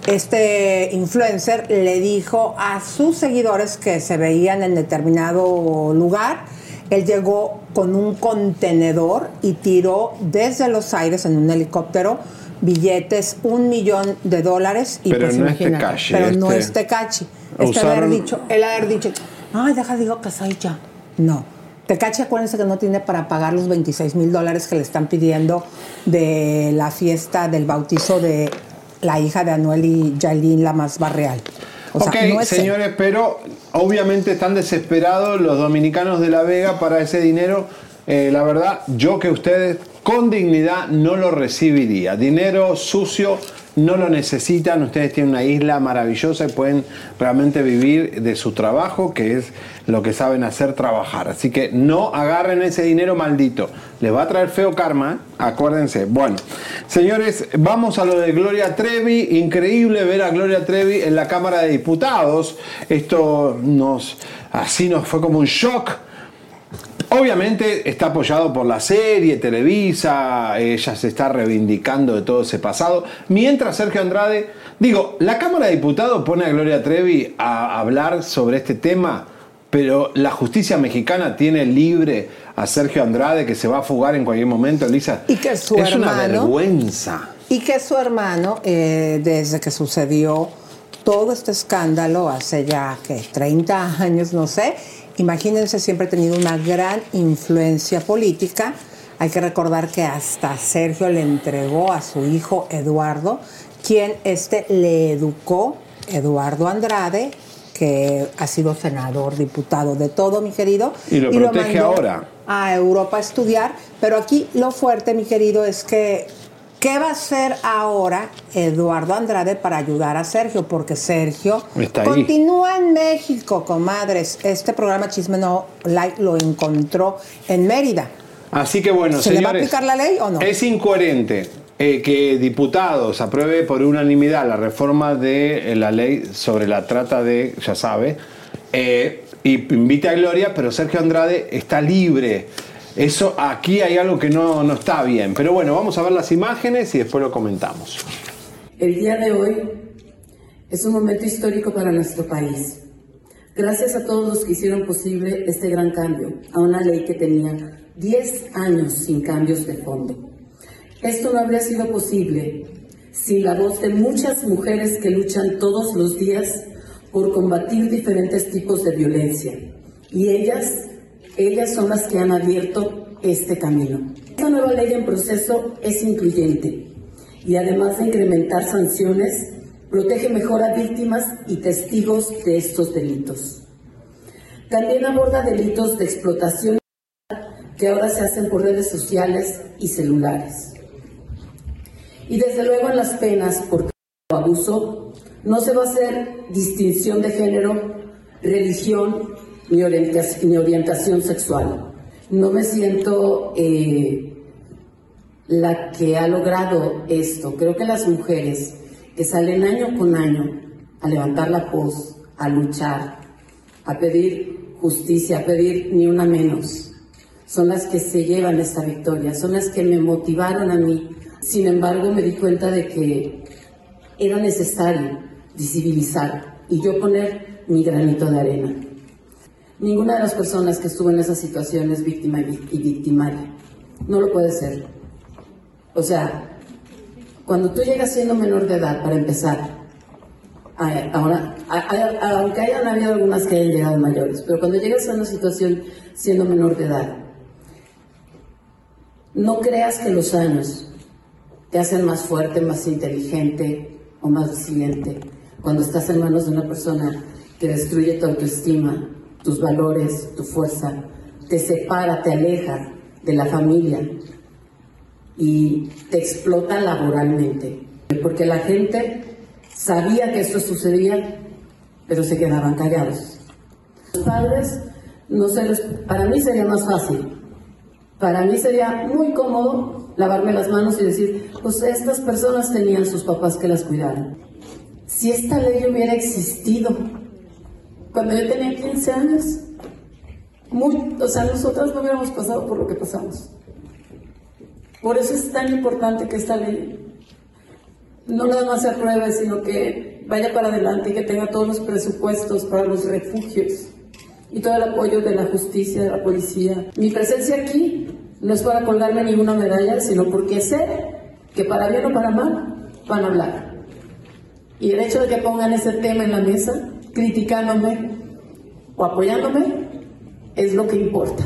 Este influencer le dijo a sus seguidores que se veían en determinado lugar. Él llegó con un contenedor y tiró desde los aires en un helicóptero billetes, un millón de dólares. Y Pero pues no es imagínate, Tekashi, Pero no este- es Tekashi. Este Usaron- haber dicho, él haber dicho, ay, deja, digo que soy yo. No. Tekashi, acuérdense que no tiene para pagar los veintiséis mil dólares que le están pidiendo de la fiesta del bautizo de la hija de Anuel y Yailin, la más barreal. O sea, ok, no es él. señores, pero obviamente están desesperados los dominicanos de La Vega para ese dinero. Eh, la verdad, yo que ustedes con dignidad no lo recibiría. Dinero sucio no lo necesitan. Ustedes tienen una isla maravillosa y pueden realmente vivir de su trabajo, que es lo que saben hacer, trabajar. Así que no agarren ese dinero maldito. Les va a traer feo karma, ¿eh? Acuérdense. Bueno, señores, vamos a lo de Gloria Trevi. Increíble ver a Gloria Trevi en la Cámara de Diputados. Esto nos, así nos fue como un shock. Obviamente está apoyado por la serie, Televisa, ella se está reivindicando de todo ese pasado, mientras Sergio Andrade, digo, la Cámara de Diputados pone a Gloria Trevi a hablar sobre este tema, pero la justicia mexicana tiene libre a Sergio Andrade, que se va a fugar en cualquier momento, Elisa. Y que su es una hermano- vergüenza. Y que su hermano, eh, desde que sucedió todo este escándalo, hace ya que treinta años, no sé, imagínense, siempre ha tenido una gran influencia política. Hay que recordar que hasta Sergio le entregó a su hijo Eduardo, quien este le educó, Eduardo Andrade, que ha sido senador, diputado, de todo, mi querido. Y lo y protege lo mandó ahora. A Europa a estudiar. Pero aquí lo fuerte, mi querido, es que ¿qué va a hacer ahora Eduardo Andrade para ayudar a Sergio? Porque Sergio Está ahí. Continúa en México, comadres. Este programa Chisme No Like lo encontró en Mérida. Así que bueno, ¿Se señores, le va a aplicar la ley o no? Es incoherente eh, que diputados apruebe por unanimidad la reforma de eh, la ley sobre la trata de, ya sabe, eh, y invite a Gloria, pero Sergio Andrade está libre. Eso, aquí hay algo que no, no está bien. Pero bueno, vamos a ver las imágenes y después lo comentamos. El día de hoy es un momento histórico para nuestro país. Gracias a todos los que hicieron posible este gran cambio a una ley que tenía diez años sin cambios de fondo. Esto no habría sido posible sin la voz de muchas mujeres que luchan todos los días por combatir diferentes tipos de violencia. Y ellas, ellas son las que han abierto este camino. Esta nueva ley en proceso es incluyente y además de incrementar sanciones, protege mejor a víctimas y testigos de estos delitos. También aborda delitos de explotación que ahora se hacen por redes sociales y celulares. Y desde luego en las penas por abuso no se va a hacer distinción de género, religión ni orientación, ni orientación sexual. No me siento eh, la que ha logrado esto. Creo que las mujeres que salen año con año a levantar la voz, a luchar, a pedir justicia, a pedir ni una menos, son las que se llevan esta victoria, son las que me motivaron a mí. Sin embargo, me di cuenta de que era necesario visibilizar y yo poner mi granito de arena. Ninguna de las personas que estuvo en esa situación es víctima y victimaria. No lo puede ser. O sea, cuando tú llegas siendo menor de edad, para empezar, ahora, aunque hayan habido algunas que hayan llegado mayores, pero cuando llegas a una situación siendo menor de edad, no creas que los años te hacen más fuerte, más inteligente o más resiliente cuando estás en manos de una persona que destruye tu autoestima, tus valores, tu fuerza, te separa, te aleja de la familia y te explota laboralmente. Porque la gente sabía que esto sucedía, pero se quedaban callados. Los padres, no se les, para mí sería más fácil. Para mí sería muy cómodo lavarme las manos y decir, pues estas personas tenían sus papás que las cuidaran. Si esta ley hubiera existido cuando yo tenía quince años, muy, o sea, nosotras no hubiéramos pasado por lo que pasamos. Por eso es tan importante que esta ley no nada más se apruebe, sino que vaya para adelante y que tenga todos los presupuestos para los refugios y todo el apoyo de la justicia, de la policía. Mi presencia aquí no es para colgarme ninguna medalla, sino porque sé que para bien o para mal van a hablar. Y el hecho de que pongan ese tema en la mesa, criticándome o apoyándome, es lo que importa.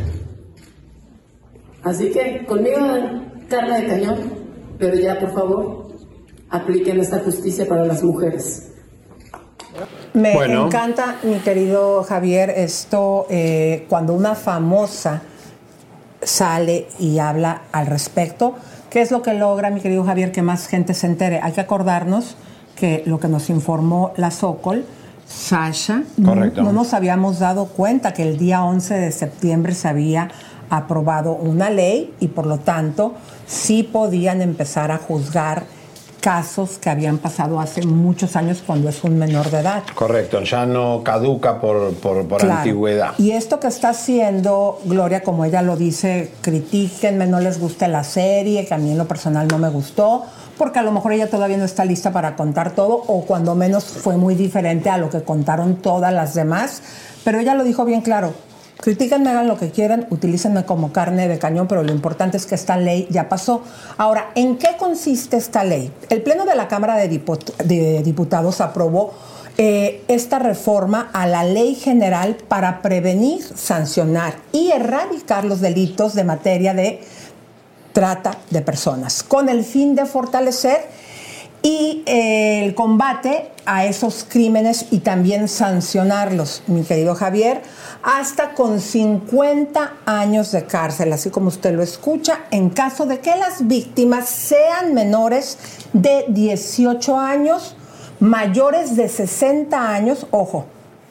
Así que conmigo carne de cañón, pero ya por favor apliquen esta justicia para las mujeres. Me bueno. encanta, mi querido Javier, esto eh, cuando una famosa sale y habla al respecto. ¿Qué es lo que logra, mi querido Javier, que más gente se entere? Hay que acordarnos que lo que nos informó la Sokol, Sasha, Correcto. no, no nos habíamos dado cuenta que el día once de septiembre se había aprobado una ley y por lo tanto sí podían empezar a juzgar casos que habían pasado hace muchos años cuando es un menor de edad. Correcto, ya no caduca por, por, por Claro. antigüedad. Y esto que está haciendo Gloria, como ella lo dice, critíquenme, no les guste la serie, que a mí en lo personal no me gustó, porque a lo mejor ella todavía no está lista para contar todo, o cuando menos fue muy diferente a lo que contaron todas las demás. Pero ella lo dijo bien claro. Critíquenme, hagan lo que quieran, utilícenme como carne de cañón, pero lo importante es que esta ley ya pasó. Ahora, ¿en qué consiste esta ley? El Pleno de la Cámara de, Diput- de Diputados aprobó eh, esta reforma a la Ley General para prevenir, sancionar y erradicar los delitos de materia de trata de personas, con el fin de fortalecer y eh, el combate a esos crímenes y también sancionarlos, mi querido Javier, hasta con cincuenta años de cárcel, así como usted lo escucha, en caso de que las víctimas sean menores de dieciocho años, mayores de sesenta años, ojo,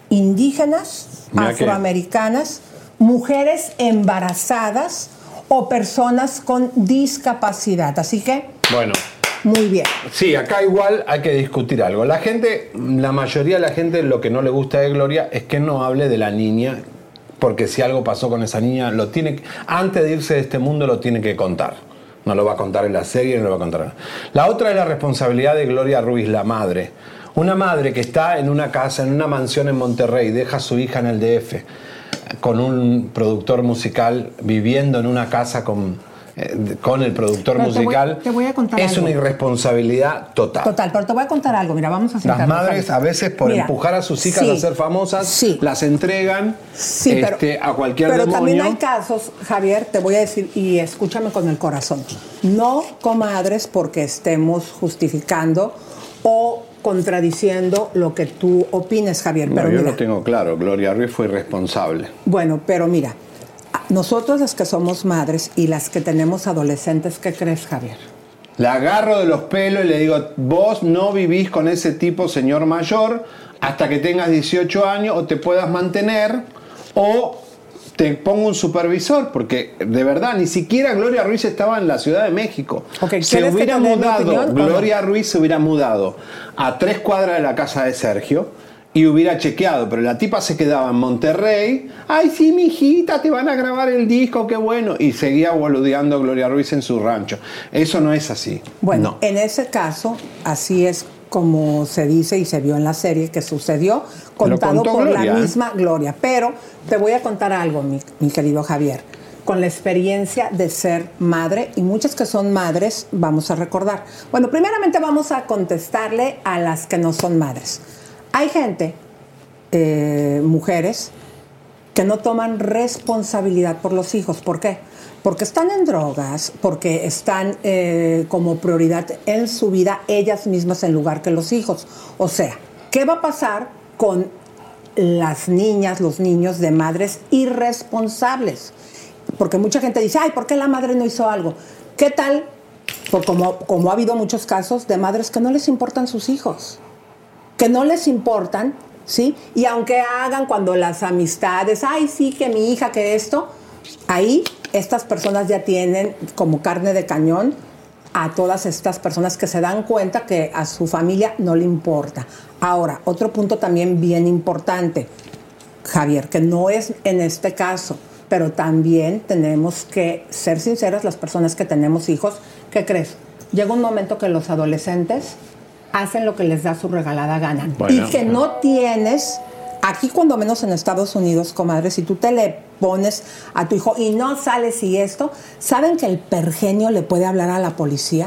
indígenas, Mira afroamericanas, que... mujeres embarazadas o personas con discapacidad. Así que, bueno, muy bien. Sí, acá igual hay que discutir algo. La gente, la mayoría de la gente, lo que no le gusta de Gloria es que no hable de la niña, porque si algo pasó con esa niña, lo tiene, antes de irse de este mundo lo tiene que contar. No lo va a contar en la serie, no lo va a contar. La otra es la responsabilidad de Gloria Ruiz, la madre. Una madre que está en una casa, en una mansión en Monterrey, deja a su hija en el D F, con un productor musical, viviendo en una casa con, eh, con el productor pero musical, te voy, te voy a contar es algo. una irresponsabilidad total. Total, pero te voy a contar algo. Mira, vamos a sentarnos. Las madres a veces por Mira, empujar a sus hijas sí, a ser famosas, sí. las entregan sí, pero, este, a cualquier pero demonio. Pero también hay casos, Javier, te voy a decir, y escúchame con el corazón, no comadres porque estemos justificando o contradiciendo lo que tú opines, Javier. No, pero yo mira, lo tengo claro, Gloria Ruiz fue irresponsable. Bueno, pero mira, nosotros las que somos madres y las que tenemos adolescentes, ¿qué crees, Javier? La agarro de los pelos y le digo, vos no vivís con ese tipo, señor mayor, hasta que tengas dieciocho años o te puedas mantener, o te pongo un supervisor, porque de verdad, ni siquiera Gloria Ruiz estaba en la Ciudad de México. Okay, se hubiera mudado, opinión, Gloria no? Ruiz se hubiera mudado a tres cuadras de la casa de Sergio y hubiera chequeado, pero la tipa se quedaba en Monterrey. Ay, sí, mi hijita, te van a grabar el disco, qué bueno. Y seguía boludeando Gloria Ruiz en su rancho. Eso no es así. Bueno, no. En ese caso, así es como se dice y se vio en la serie que sucedió, contado por Gloria, la ¿eh? misma Gloria. Pero te voy a contar algo, mi, mi querido Javier. Con la experiencia de ser madre, y muchas que son madres, vamos a recordar. Bueno, primeramente vamos a contestarle a las que no son madres. Hay gente, eh, mujeres, que no toman responsabilidad por los hijos. ¿Por qué? Porque están en drogas, porque están eh, como prioridad en su vida ellas mismas en lugar que los hijos. O sea, ¿qué va a pasar con las niñas, los niños de madres irresponsables? Porque mucha gente dice, ay, ¿por qué la madre no hizo algo? ¿Qué tal? Pues como, como ha habido muchos casos de madres que no les importan sus hijos, que no les importan, ¿sí? Y aunque hagan cuando las amistades, ay, sí, que mi hija, que esto, ahí estas personas ya tienen como carne de cañón a todas estas personas que se dan cuenta que a su familia no le importa. Ahora, otro punto también bien importante, Javier, que no es en este caso, pero también tenemos que ser sinceras las personas que tenemos hijos. ¿Qué crees? Llega un momento que los adolescentes hacen lo que les da su regalada gana. Bueno, y que no tienes, aquí cuando menos en Estados Unidos, comadre, si tú te le pones a tu hijo y no sales y esto, ¿saben que el pergenio le puede hablar a la policía?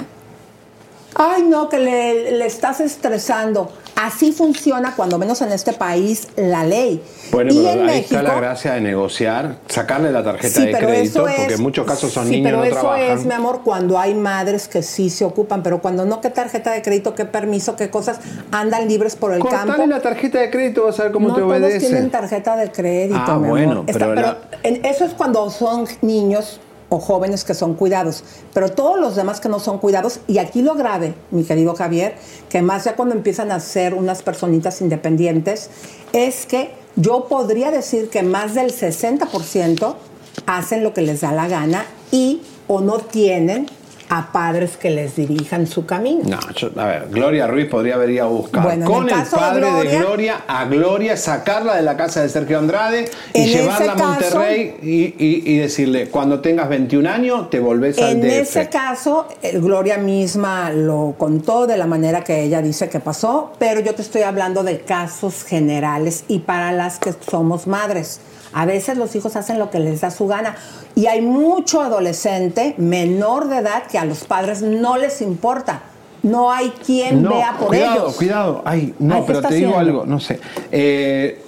Ay, no, que le, le estás estresando. Así funciona, cuando menos en este país, la ley. Bueno, y pero en ahí México, está la gracia de negociar, sacarle la tarjeta sí, de crédito, es, porque en muchos casos son sí, niños pero no eso trabajan. es, mi amor, cuando hay madres que sí se ocupan, pero cuando no, ¿qué tarjeta de crédito, qué permiso, qué cosas andan libres por el Cortale campo? la tarjeta de crédito, vas a ver cómo no te obedece. No todos tienen tarjeta de crédito, ah, mi bueno, amor. pero, Está, la... pero en, eso es cuando son niños o jóvenes que son cuidados, pero todos los demás que no son cuidados, y aquí lo grave, mi querido Javier, que más ya cuando empiezan a ser unas personitas independientes, es que yo podría decir que más del sesenta por ciento hacen lo que les da la gana y o no tienen a padres que les dirijan su camino. No, yo, a ver, Gloria Ruiz podría haber ido a buscar bueno, con el, el padre de Gloria, de Gloria a Gloria, sacarla de la casa de Sergio Andrade y llevarla a Monterrey caso, y, y, y decirle, cuando tengas veintiún años te volvés al D F. En ese caso, Gloria misma lo contó de la manera que ella dice que pasó, pero yo te estoy hablando de casos generales y para las que somos madres. A veces los hijos hacen lo que les da su gana y hay mucho adolescente menor de edad que a los padres no les importa. No hay quien no, vea por cuidado, ellos. Cuidado, cuidado. Ay, no, Ay, pero te digo haciendo? algo, no sé. Eh,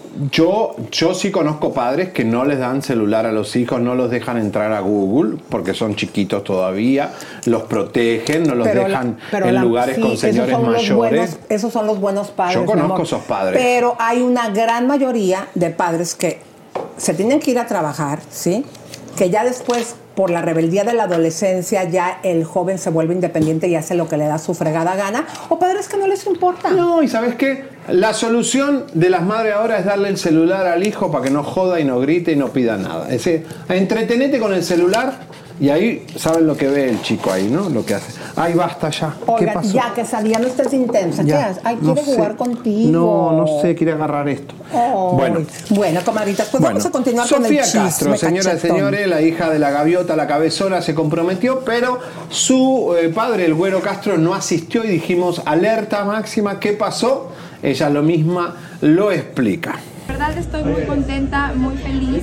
Yo, yo sí conozco padres que no les dan celular a los hijos, no los dejan entrar a Google porque son chiquitos todavía, los protegen, no los Pero dejan la- pero en la- lugares sí, con esos señores son los mayores. buenos- esos son los buenos padres. Yo mi conozco amor. esos padres. Pero hay una gran mayoría de padres que se tienen que ir a trabajar, ¿sí? Que ya después, por la rebeldía de la adolescencia, ya el joven se vuelve independiente y hace lo que le da su fregada gana. O padres que no les importa. No, y ¿sabes qué? La solución de las madres ahora es darle el celular al hijo para que no joda y no grite y no pida nada. Es decir, entretenete con el celular y ahí saben lo que ve el chico ahí, ¿no? Lo que hace. Ay, basta ya. ¿Qué Oigan, pasó? ya que sabía, no estés intensa. ¿Qué Ya, haces? Ay, no quiere sé. jugar contigo. No, no sé, quiere agarrar esto. Ay. Bueno. Bueno, comadritas, pues Bueno, vamos a continuar con el Sofía chisme, Castro, señoras y cachetón. señores, la hija de la gaviota, la cabezona, se comprometió, pero su eh, padre, el Güero Castro, no asistió y dijimos, alerta máxima, ¿qué pasó? Ella lo misma lo explica. La verdad estoy muy contenta, muy feliz,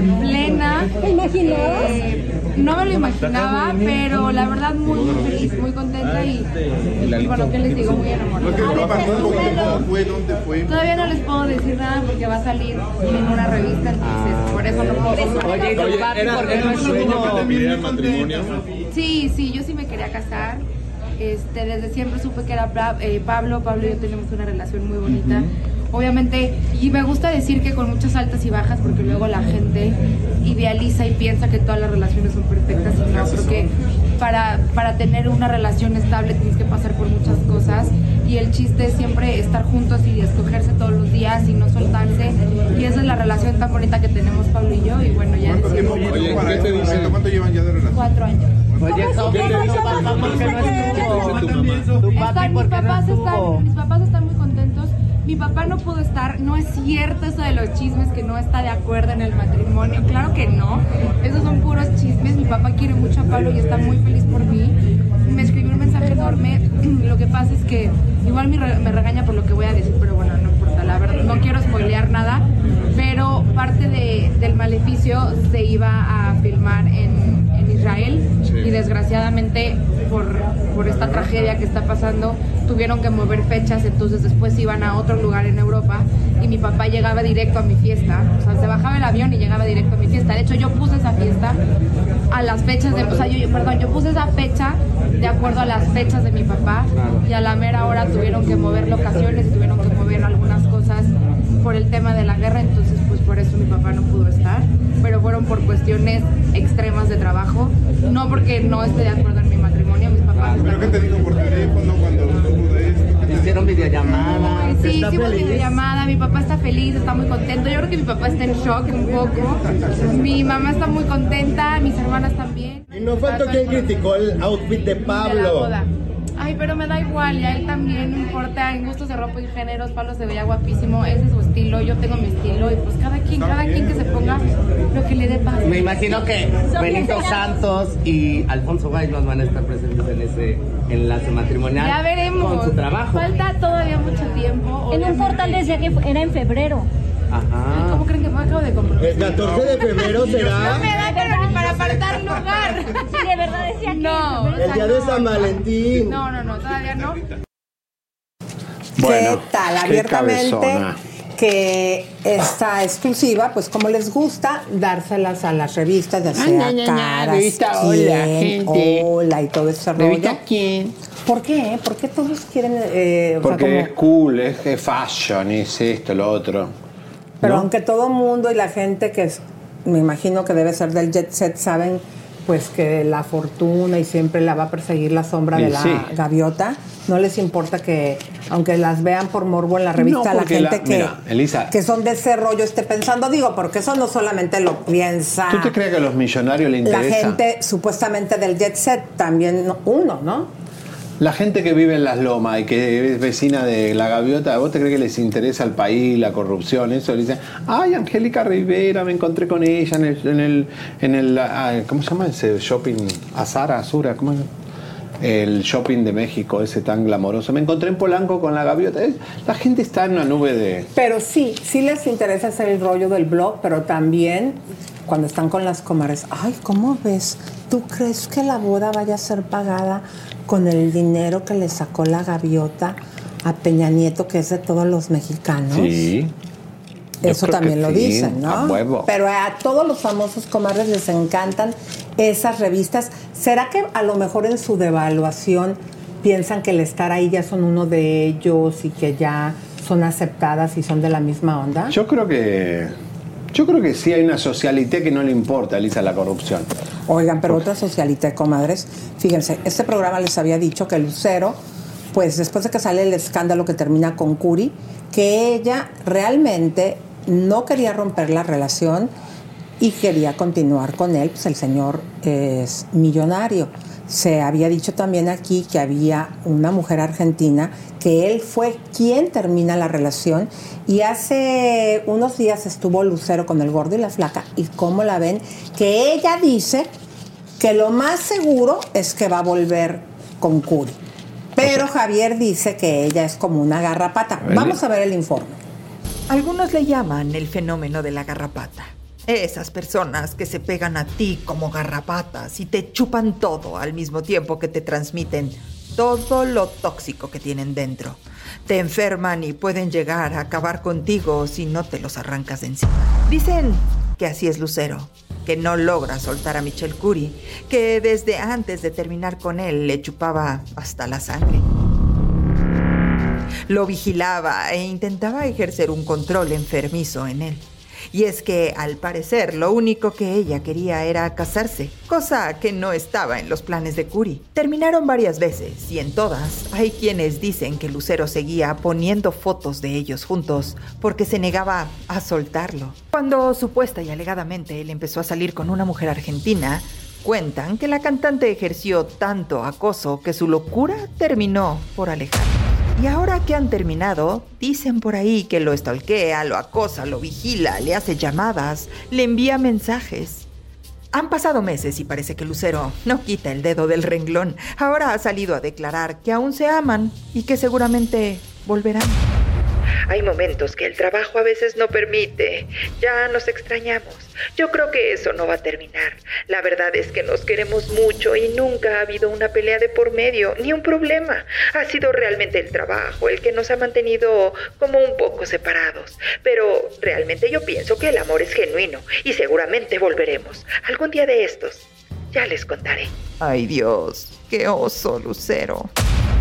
plena. ¿Te imaginabas? Eh, no me lo imaginaba, pero la verdad muy, muy feliz, muy contenta y, y bueno, ¿qué les digo? Muy enamorada. ¿Cómo fue? ¿Dónde fue? Todavía no les puedo decir nada porque va a salir en una revista, entonces por eso no puedo decir. Oye, ¿era, era un sueño que te pidieran matrimonio? Sí, sí, yo sí me quería casar. Este, desde siempre supe que era Pla- eh, Pablo. Pablo y yo tenemos una relación muy bonita. Obviamente, y me gusta decir que con muchas altas y bajas, porque luego la gente idealiza y piensa que todas las relaciones son perfectas, y no, porque para, para tener una relación estable tienes que pasar por muchas cosas, y el chiste es siempre estar juntos y escogerse todos los días y no soltarse, y esa es la relación tan bonita que tenemos Pablo y yo, y bueno, ya ¿Cuánto decimos, tiempo Oye, ¿qué te dicen? ¿Cuánto llevan ya de relación? cuatro años. Oye, Sofía, ¿qué te dice tu papá? ¿Por qué no estuvo? Tu Están- papi, mis, ¿por qué no papás estuvo? están, mis papás están muy contentos. Mi papá no pudo estar. No es cierto eso de los chismes, que no está de acuerdo en el matrimonio. Claro que no. Esos son puros chismes. Mi papá quiere mucho a Pablo y está muy feliz por mí. Me escribió un mensaje enorme. Lo que pasa es que igual me, re- me regaña por lo que voy a decir, pero bueno, no importa. La verdad, no quiero spoilear nada. Pero parte de, del Maleficio se iba a filmar en, en Israel, y desgraciadamente por, por esta tragedia que está pasando tuvieron que mover fechas, entonces después iban a otro lugar en Europa y mi papá llegaba directo a mi fiesta, o sea, se bajaba el avión y llegaba directo a mi fiesta. De hecho, yo puse esa fiesta a las fechas de, o sea, yo, yo- perdón, yo puse esa fecha de acuerdo a las fechas de mi papá, y a la mera hora tuvieron que mover locaciones y tuvieron que mover algunas cosas por el tema de la guerra, entonces pues por eso mi papá no pudo estar, pero fueron por cuestiones extremas de trabajo, no porque no esté de acuerdo en mi matrimonio. Mis papás ¿Pero qué te dijo por teléfono cuando supo de esto? ¿Qué te Hicieron videollamada. Sí, ¿Está hicimos feliz? videollamada, mi papá está feliz, está muy contento. Yo creo que mi papá está en shock un poco. Mi mamá está muy contenta, mis hermanas también. Y no faltó quien criticó el outfit de De la Pablo. boda. Ay, pero me da igual, y a él también, no importa, en gustos de ropa y géneros, Pablo se veía guapísimo, ese es su estilo, yo tengo mi estilo, y pues cada quien, cada quien que se ponga lo que le dé paz. Me imagino que Benito Santos y Alfonso Baynos van a estar presentes en ese enlace matrimonial. Ya veremos. Con su trabajo. Falta todavía mucho tiempo. En un portal decía que era en febrero. Ajá. ¿Cómo creen que me acabo de comprometer? El catorce de febrero será No me da cara ni para apartar lugar. Sí, de verdad decía que No. en febrero. el día de San Valentín. No, no, no, todavía no. Bueno, ¿qué tal? qué Abiertamente cabezona. que esta exclusiva, pues como les gusta, dárselas a las revistas, ya sea Caras, revista Hola, Quién, gente. Hola y todo ese rollo. ¿Revista quién? ¿Por qué? ¿Por qué todos quieren...? eh, o sea, Porque como- es cool, es, es fashion, es esto, lo otro. Pero ¿no? aunque todo mundo y la gente que es, me imagino que debe ser del jet set, saben pues que la fortuna y siempre la va a perseguir la sombra Y de la sí. gaviota, no les importa que, aunque las vean por morbo en la revista, No, la porque gente la- que, mira, Elisa. que son de ese rollo esté pensando, digo, porque eso no solamente lo piensa ¿Tú te crees que a los millonarios le la interesa? gente supuestamente del jet set, también uno, ¿no? La gente que vive en las lomas y que es vecina de la gaviota, ¿vos te crees que les interesa el país, la corrupción, eso? Le dicen, ay, Angélica Rivera, me encontré con ella en el, en el, en el ah, ¿cómo se llama ese shopping? Azara, Azura, ¿cómo es? El shopping de México, ese tan glamoroso. Me encontré en Polanco con la gaviota. Es- La gente está en una nube de... Pero sí, sí les interesa hacer el rollo del blog, pero también cuando están con las comadres, ay, ¿cómo ves? ¿Tú crees que la boda vaya a ser pagada con el dinero que le sacó la gaviota a Peña Nieto, que es de todos los mexicanos? Sí. Eso también lo sí, dicen, ¿no? a huevo. Pero a todos los famosos comadres les encantan esas revistas. ¿Será que a lo mejor en su devaluación piensan que el estar ahí ya son uno de ellos y que ya son aceptadas y son de la misma onda? Yo creo que yo creo que sí hay una socialité que no le importa, Elisa, la corrupción. Oigan, pero otra socialité, comadres. Fíjense, este programa les había dicho que Lucero, pues después de que sale el escándalo que termina con Curi, que ella realmente no quería romper la relación y quería continuar con él, pues el señor es millonario. Se había dicho también aquí que había una mujer argentina, que él fue quien termina la relación, y hace unos días estuvo Lucero con el gordo y la flaca, y cómo la ven, que ella dice que lo más seguro es que va a volver con Curi. Pero o sea, Javier dice que ella es como una garrapata. Vamos a ver el informe. Algunos le llaman el fenómeno de la garrapata. Esas personas que se pegan a ti como garrapatas y te chupan todo al mismo tiempo que te transmiten todo lo tóxico que tienen dentro. Te enferman y pueden llegar a acabar contigo si no te los arrancas de encima. Dicen que así es Lucero, que no logra soltar a Michel Curi, que desde antes de terminar con él le chupaba hasta la sangre. Lo vigilaba e intentaba ejercer un control enfermizo en él. Y es que, al parecer, lo único que ella quería era casarse, cosa que no estaba en los planes de Curi. Terminaron varias veces, y en todas hay quienes dicen que Lucero seguía poniendo fotos de ellos juntos porque se negaba a soltarlo. Cuando supuesta y alegadamente él empezó a salir con una mujer argentina, cuentan que la cantante ejerció tanto acoso que su locura terminó por alejarlo. Y ahora que han terminado, dicen por ahí que lo stalkea, lo acosa, lo vigila, le hace llamadas, le envía mensajes. Han pasado meses y parece que Lucero no quita el dedo del renglón. Ahora ha salido a declarar que aún se aman y que seguramente volverán. Hay momentos que el trabajo a veces no permite. Ya nos extrañamos. Yo creo que eso no va a terminar. La verdad es que nos queremos mucho y nunca ha habido una pelea de por medio, ni un problema. Ha sido realmente el trabajo el que nos ha mantenido como un poco separados. Pero realmente yo pienso que el amor es genuino y seguramente volveremos. Algún día de estos. Ya les contaré. Ay, Dios. Qué oso, Lucero.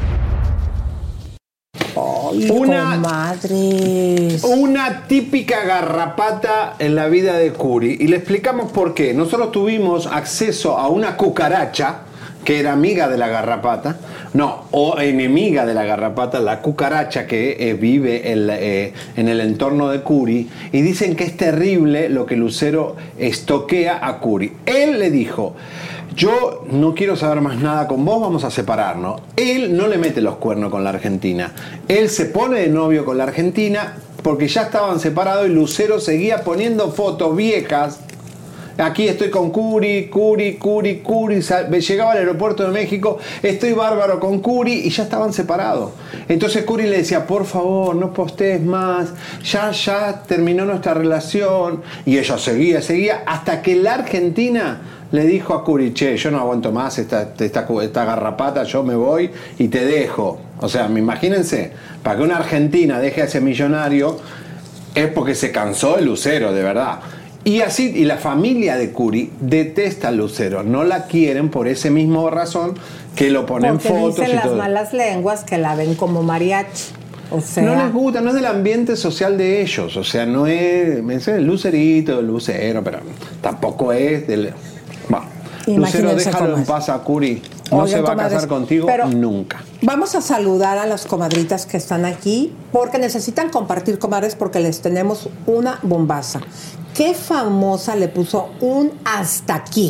Ay, una, comadres. Una típica garrapata en la vida de Curi. Y le explicamos por qué. Nosotros tuvimos acceso a una cucaracha que era amiga de la garrapata, no, o enemiga de la garrapata, la cucaracha que eh, vive en, eh, en el entorno de Curi, y dicen que es terrible lo que Lucero estoquea a Curi. Él le dijo: yo no quiero saber más nada con vos, vamos a separarnos. Él no le mete los cuernos con la Argentina. Él se pone de novio con la Argentina porque ya estaban separados y Lucero seguía poniendo fotos viejas. Aquí estoy con Curi, Curi, Curi, Curi. Llegaba al aeropuerto de México, estoy bárbaro con Curi, y ya estaban separados. Entonces Curi le decía: por favor, no postees más, ya, ya terminó nuestra relación. Y ella seguía, seguía, hasta que la Argentina le dijo a Curi: che, yo no aguanto más esta, esta, esta garrapata, yo me voy y te dejo. O sea, imagínense, para que una argentina deje a ese millonario es porque se cansó de Lucero, de verdad. Y así, y la familia de Curi detesta a Lucero, no la quieren por ese mismo razón que lo ponen porque fotos dicen y las todo. malas lenguas que la ven como mariachi. O sea, no les gusta, no es del ambiente social de ellos, o sea, no es, me dice Lucerito, Lucero, pero tampoco es del... Bueno, Lucero, déjalo en paz a Curi, no Oigan, se va comadres, a casar contigo nunca. Vamos a saludar a las comadritas que están aquí porque necesitan compartir, comadres, porque les tenemos una bombaza. ¿Qué famosa le puso un hasta aquí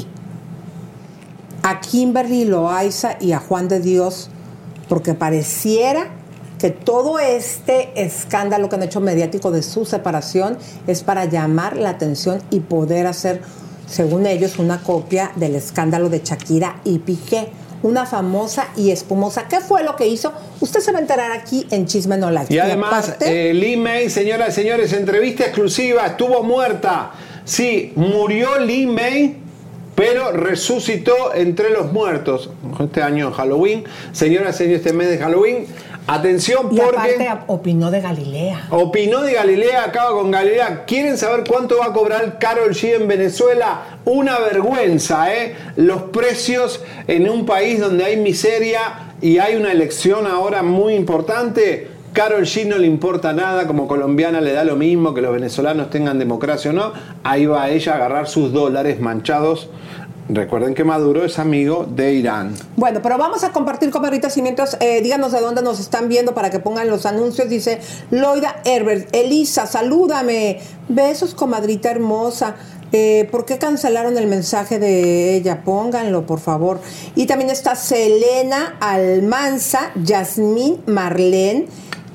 a Kimberly Loaiza y a Juan de Dios? Porque pareciera que todo este escándalo que han hecho mediático de su separación es para llamar la atención y poder hacer, según ellos, una copia del escándalo de Shakira y Piqué. Una famosa y espumosa. ¿Qué fue lo que hizo? Usted se va a enterar aquí en Chisme No Like. Y además, eh, Lee May, señoras y señores, entrevista exclusiva, estuvo muerta. Sí, murió Lee May, pero resucitó entre los muertos. Este año Halloween, señoras y señores, este mes de Halloween, Atención Y porque... aparte opinó de Galilea. Opinó de Galilea, acaba con Galilea. ¿Quieren saber cuánto va a cobrar Karol G en Venezuela? Una vergüenza, ¿eh? Los precios en un país donde hay miseria y hay una elección ahora muy importante. Karol G no le importa nada, como colombiana le da lo mismo que los venezolanos tengan democracia o no. Ahí va ella a agarrar sus dólares manchados. Recuerden que Maduro es amigo de Irán. Bueno, pero vamos a compartir, comadritas, y mientras eh, díganos de dónde nos están viendo para que pongan los anuncios. Dice Loida Herbert, Elisa, salúdame. Besos, comadrita hermosa. Eh, ¿Por qué cancelaron el mensaje de ella? Pónganlo, por favor. Y también está Selena Almanza, Yasmín Marlene.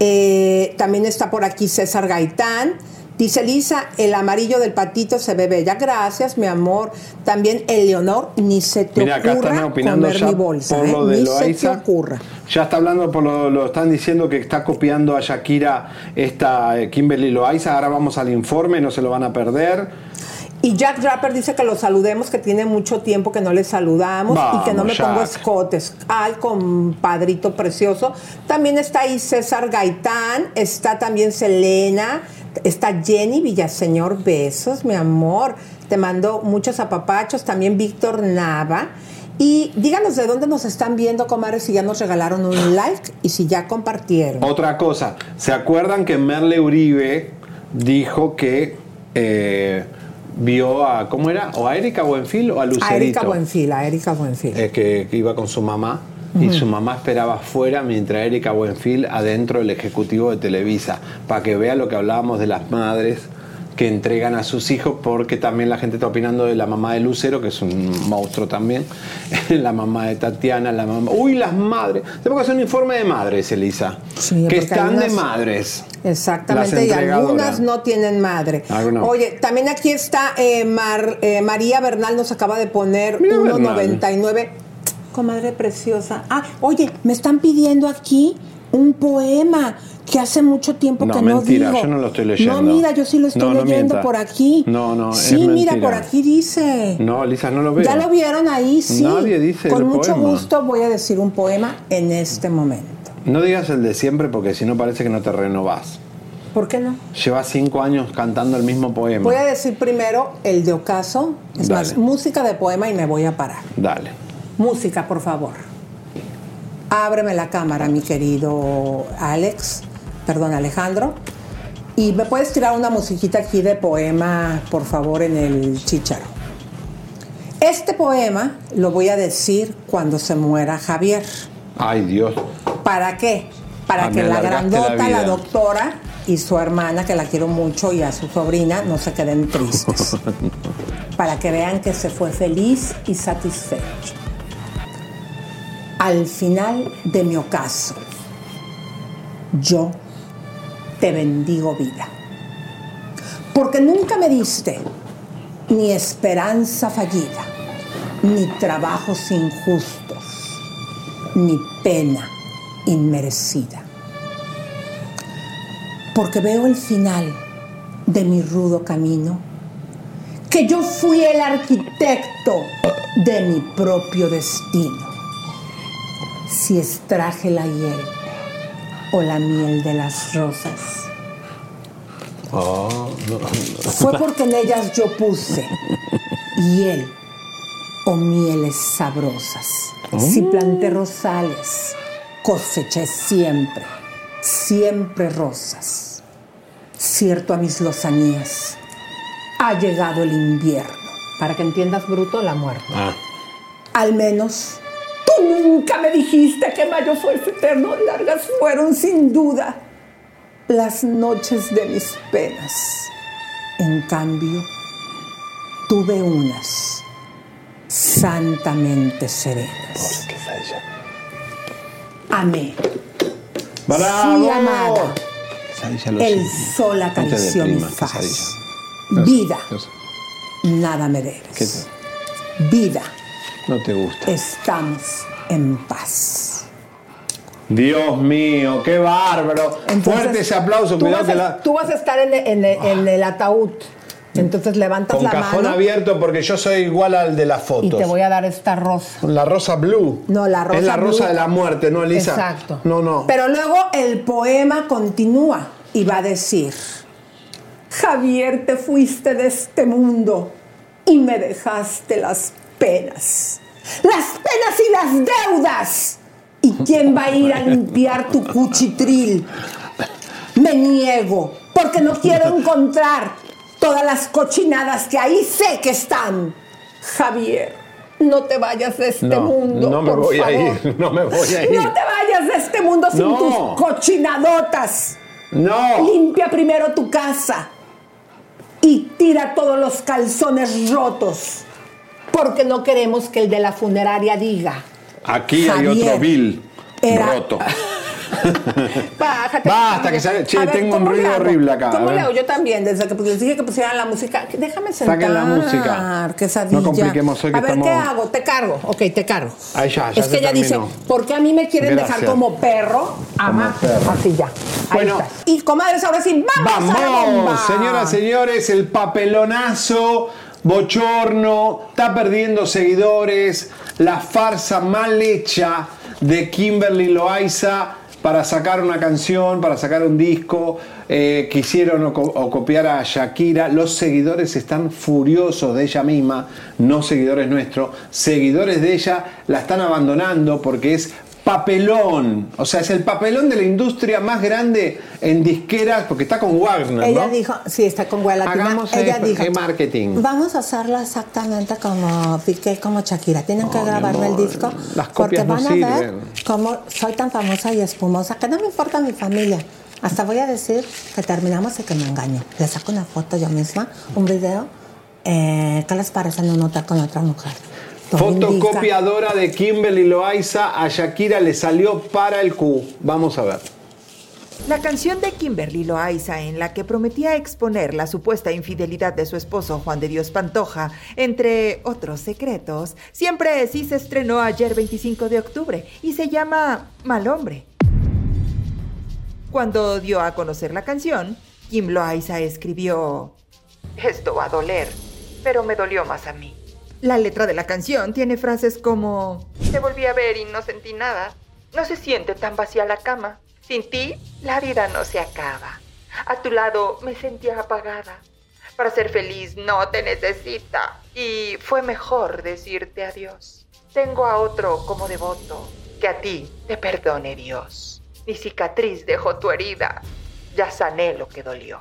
Eh, también está por aquí César Gaitán. Dice Lisa, el amarillo del patito se ve bella. Gracias, mi amor. También Eleonor, ni se te Mira, acá ocurra están opinando comer ya mi bolsa, por ¿eh? lo de Ni Loaiza. se te ocurra. Ya está hablando, por lo, lo están diciendo que está copiando a Shakira esta eh, Kimberly Loaiza. Ahora vamos al informe, no se lo van a perder. Y Jack Draper dice que lo saludemos, que tiene mucho tiempo que no le saludamos. Vamos, y que no me Jack. pongo escotes. Al compadrito precioso. También está ahí César Gaitán, está también Selena, está Jenny Villaseñor, besos, mi amor. Te mando muchos apapachos. También Víctor Nava. Y díganos de dónde nos están viendo, comadres, si ya nos regalaron un like y si ya compartieron. Otra cosa, ¿se acuerdan que Merle Uribe dijo que eh, vio a, ¿cómo era? ¿O a Erika Buenfil o a Lucerito? A Erika Buenfil, a Erika Buenfil. Eh, que, que iba con su mamá. Y Ujú. su mamá esperaba afuera mientras Erika Buenfil adentro del ejecutivo de Televisa, para que vea lo que hablábamos de las madres que entregan a sus hijos, porque también la gente está opinando de la mamá de Lucero, que es un monstruo también, la mamá de Tatiana, la mamá... ¡Uy, las madres! Tengo que hacer un informe de madres, Elisa. Sí, que porque están hay unas- de madres. Exactamente, Las y entregadoras. algunas no tienen madre. Algunas. Oye, también aquí está eh, Mar- eh, María Bernal, nos acaba de poner Mira, uno Bernal. noventa y nueve. Comadre preciosa. Ah, oye, me están pidiendo aquí un poema que hace mucho tiempo No, que no mentira, digo. yo no lo estoy leyendo. No, mira, yo sí lo estoy No, no leyendo mienta. por aquí. No, no, es Sí, mira, mentira. por aquí dice. No, Elisa, no lo veo. ¿Ya lo vieron ahí? Sí. Nadie dice Con el mucho poema. gusto voy a decir un poema en este momento. No digas el de siempre, porque si no parece que no te renovás. ¿Por qué no? Llevas cinco años cantando el mismo poema. Voy a decir primero el de ocaso. Es Dale. más, música de poema y me voy a parar. Dale. Música, por favor. Ábreme la cámara, mi querido Alex. Perdón, Alejandro. Y me puedes tirar una musiquita aquí de poema, por favor, en el chícharo. Este poema lo voy a decir cuando se muera Javier. Ay, Dios. ¿Para qué? Para Ah, que me la alargaste grandota, la la, vida. doctora y su hermana, que la quiero mucho, y a su sobrina, no se queden tristes. Para que vean que se fue feliz y satisfecho. Al final de mi ocaso, yo te bendigo vida. Porque nunca me diste ni esperanza fallida, ni trabajos injustos, ni pena inmerecida. Porque veo el final de mi rudo camino, que yo fui el arquitecto de mi propio destino. Si extraje la hiel o la miel de las rosas, Oh, no, no. fue porque en ellas yo puse hiel o mieles sabrosas. Si planté rosales, coseché siempre, siempre rosas. Cierto, a mis lozanías ha llegado el invierno. Para que entiendas, bruto, la muerte. Ah. Al menos tú nunca me dijiste que mayo fue eterno. Largas fueron sin duda las noches de mis penas. En cambio, tuve unas santamente serenas. Amé. ¡Bravo! Fui amada. Quesadilla, lo El sé. sol No te acarició mi deprimas, faz. quesadilla. Vida, Yo sé. nada me ¿Qué debes. te- Vida, No te gusta. estamos en paz. Dios mío, qué bárbaro. Entonces, Fuerte ese aplauso. Tú Cuidado vas, que a, la... tú vas a estar en el, en el- en el ataúd. Entonces levantas Con la cajón mano abierto porque yo soy igual al de las fotos. y te voy a dar esta rosa. La rosa blue. No, la rosa Es la rosa blue. de la muerte, ¿no, Elisa? Exacto. No, no. Pero luego el poema continúa y va a decir: Javier, te fuiste de este mundo y me dejaste las penas. Las penas y las deudas. ¿Y quién va a ir a limpiar tu cuchitril? Me niego, porque no quiero encontrar todas las cochinadas que ahí sé que están. Javier, no te vayas de este no, mundo, no me por voy favor. a ir, no me voy a ir. No te vayas de este mundo sin No. tus cochinadotas. No. Limpia primero tu casa y tira todos los calzones rotos, porque no queremos que el de la funeraria diga: Aquí hay Javier otro Bill era- roto. Bájate. Basta, que sale- che, A ver, tengo un ¿cómo le ruido hago? horrible acá, a ¿Cómo ver. le hago? Yo también, desde que pues, les dije que pusieran la música. Déjame sentar. Saquen la música. Quesadilla. No compliquemos hoy que A ver, estamos- ¿qué hago? Te cargo. Ok, te cargo. Ahí ya, ya es se que ella terminó. dice: ¿por qué a mí me quieren dejar Gracias. como perro? Ama. perro. Así ya. Bueno. Ahí está. Y comadres, ahora sí, vamos, a la bomba. Vamos, señoras, señores, el papelonazo, bochorno, está perdiendo seguidores, la farsa mal hecha de Kimberly Loaiza para sacar una canción, para sacar un disco, eh, quisieron o, co- o copiar a Shakira. Los seguidores están furiosos de ella misma, no seguidores nuestros, seguidores de ella la están abandonando porque es papelón, o sea, es el papelón de la industria más grande en disqueras, porque está con Warner, Ella ¿no? dijo, sí, está con Guadalajara. Hagamos Ella el- dijo: el marketing. vamos a hacerlo exactamente como Piqué, como Shakira. Tienen que No, mi grabarme el amor, disco las porque copias no van a ver sirven. cómo soy tan famosa y espumosa que no me importa mi familia. Hasta voy a decir que terminamos y que me engaño. Le saco una foto yo misma, un video. Eh, ¿Qué les parece en un hotel con otra mujer? Todo indica- Fotocopiadora de Kimberly Loaiza a Shakira le salió para el Q. Vamos a ver. La canción de Kimberly Loaiza, en la que prometía exponer la supuesta infidelidad de su esposo Juan de Dios Pantoja, entre otros secretos, siempre sí se estrenó ayer veinticinco de octubre y se llama Mal Hombre. Cuando dio a conocer la canción, Kim Loaiza escribió: esto va a doler, pero me dolió más a mí. La letra de la canción tiene frases como: te volví a ver y no sentí nada. No se siente tan vacía la cama. Sin ti, la vida no se acaba. A tu lado me sentía apagada. Para ser feliz no te necesita. Y fue mejor decirte adiós. Tengo a otro como devoto. Que a ti te perdone Dios. Mi cicatriz dejó tu herida. Ya sané lo que dolió.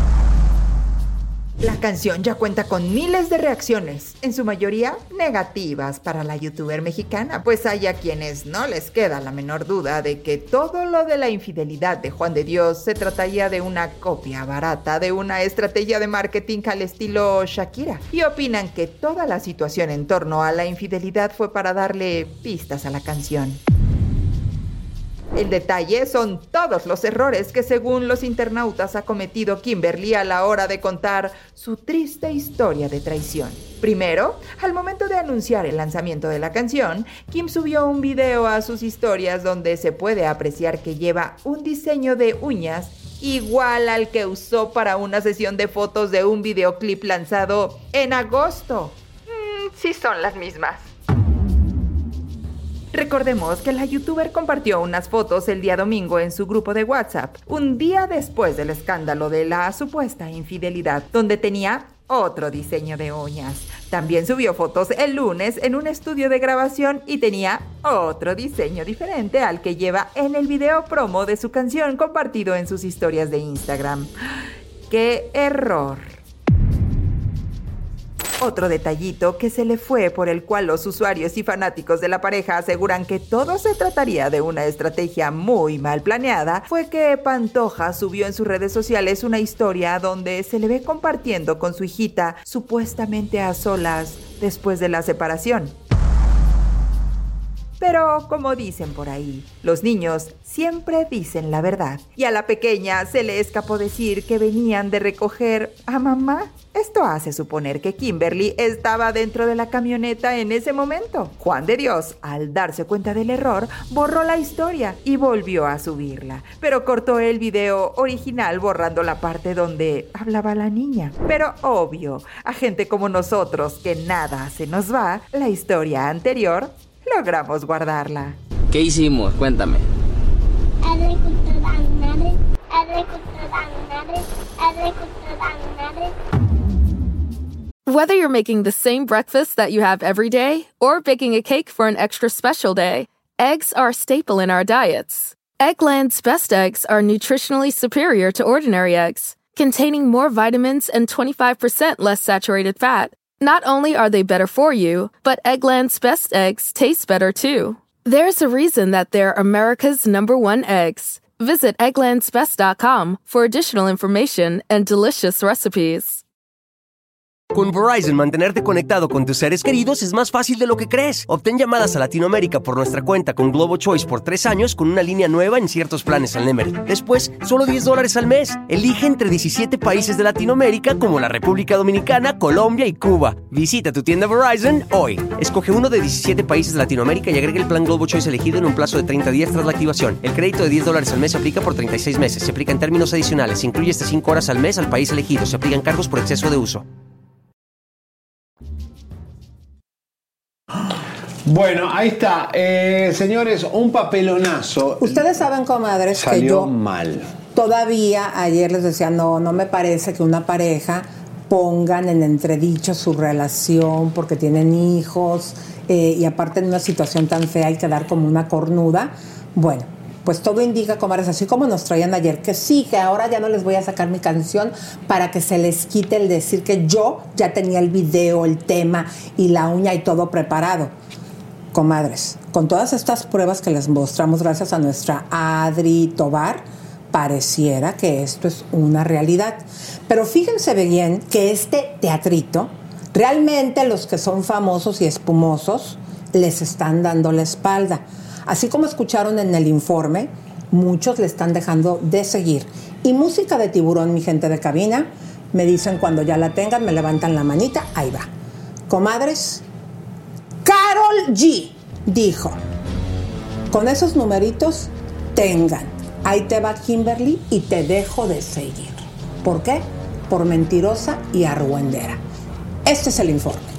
La canción ya cuenta con miles de reacciones, en su mayoría negativas para la youtuber mexicana, pues hay a quienes no les queda la menor duda de que todo lo de la infidelidad de Juan de Dios se trataría de una copia barata, de una estrategia de marketing al estilo Shakira, y opinan que toda la situación en torno a la infidelidad fue para darle pistas a la canción. El detalle son todos los errores que, según los internautas, ha cometido Kimberly a la hora de contar su triste historia de traición. Primero, al momento de anunciar el lanzamiento de la canción, Kim subió un video a sus historias donde se puede apreciar que lleva un diseño de uñas igual al que usó para una sesión de fotos de un videoclip lanzado en agosto. Mm, sí son las mismas. Recordemos que la youtuber compartió unas fotos el día domingo en su grupo de WhatsApp, un día después del escándalo de la supuesta infidelidad, donde tenía otro diseño de uñas. También subió fotos el lunes en un estudio de grabación y tenía otro diseño diferente al que lleva en el video promo de su canción compartido en sus historias de Instagram. ¡Qué error! Otro detallito que se le fue, por el cual los usuarios y fanáticos de la pareja aseguran que todo se trataría de una estrategia muy mal planeada, fue que Pantoja subió en sus redes sociales una historia donde se le ve compartiendo con su hijita supuestamente a solas después de la separación. Pero, como dicen por ahí, los niños siempre dicen la verdad. Y a la pequeña se le escapó decir que venían de recoger a mamá. Esto hace suponer que Kimberly estaba dentro de la camioneta en ese momento. Juan de Dios, al darse cuenta del error, borró la historia y volvió a subirla. Pero cortó el video original borrando la parte donde hablaba la niña. Pero obvio, a gente como nosotros que nada se nos va, la historia anterior logramos guardarla. ¿Qué hicimos? Cuéntame. Whether you're making the same breakfast that you have every day or baking a cake for an extra special day, eggs are a staple in our diets. Eggland's Best Eggs are nutritionally superior to ordinary eggs, containing more vitamins and twenty-five percent less saturated fat. Not only are they better for you, but Eggland's Best Eggs taste better too. There's a reason that they're America's number one eggs. Visit egglands best dot com for additional information and delicious recipes. Con Verizon, mantenerte conectado con tus seres queridos es más fácil de lo que crees. Obtén llamadas a Latinoamérica por nuestra cuenta con Globo Choice por tres años con una línea nueva en ciertos planes al Nemery. Después, solo diez dólares al mes. Elige entre diecisiete países de Latinoamérica como la República Dominicana, Colombia y Cuba. Visita tu tienda Verizon hoy. Escoge uno de diecisiete países de Latinoamérica y agrega el plan Globo Choice elegido en un plazo de treinta días tras la activación. El crédito de diez dólares al mes se aplica por treinta y seis meses. Se aplica en términos adicionales. Se incluye hasta cinco horas al mes al país elegido. Se aplican cargos por exceso de uso. Bueno, ahí está. Eh, señores, un papelonazo. Ustedes saben, comadres, Salió que yo mal. Todavía ayer les decía, no, no me parece que una pareja pongan en entredicho su relación porque tienen hijos eh, y aparte en una situación tan fea hay que dar como una cornuda. Bueno, pues todo indica, comadres, así como nos traían ayer, que sí, que ahora ya no les voy a sacar mi canción para que se les quite el decir que yo ya tenía el video, el tema y la uña y todo preparado. Comadres, con todas estas pruebas que les mostramos gracias a nuestra Adri Tobar, pareciera que esto es una realidad. Pero fíjense bien que este teatrito, realmente los que son famosos y espumosos les están dando la espalda. Así como escucharon en el informe, muchos le están dejando de seguir. Y música de tiburón, mi gente de cabina, me dicen cuando ya la tengan, me levantan la manita, ahí va. Comadres, Karol G dijo, con esos numeritos, tengan, ahí te va Kimberly y te dejo de seguir. ¿Por qué? Por mentirosa y argüendera. Este es el informe.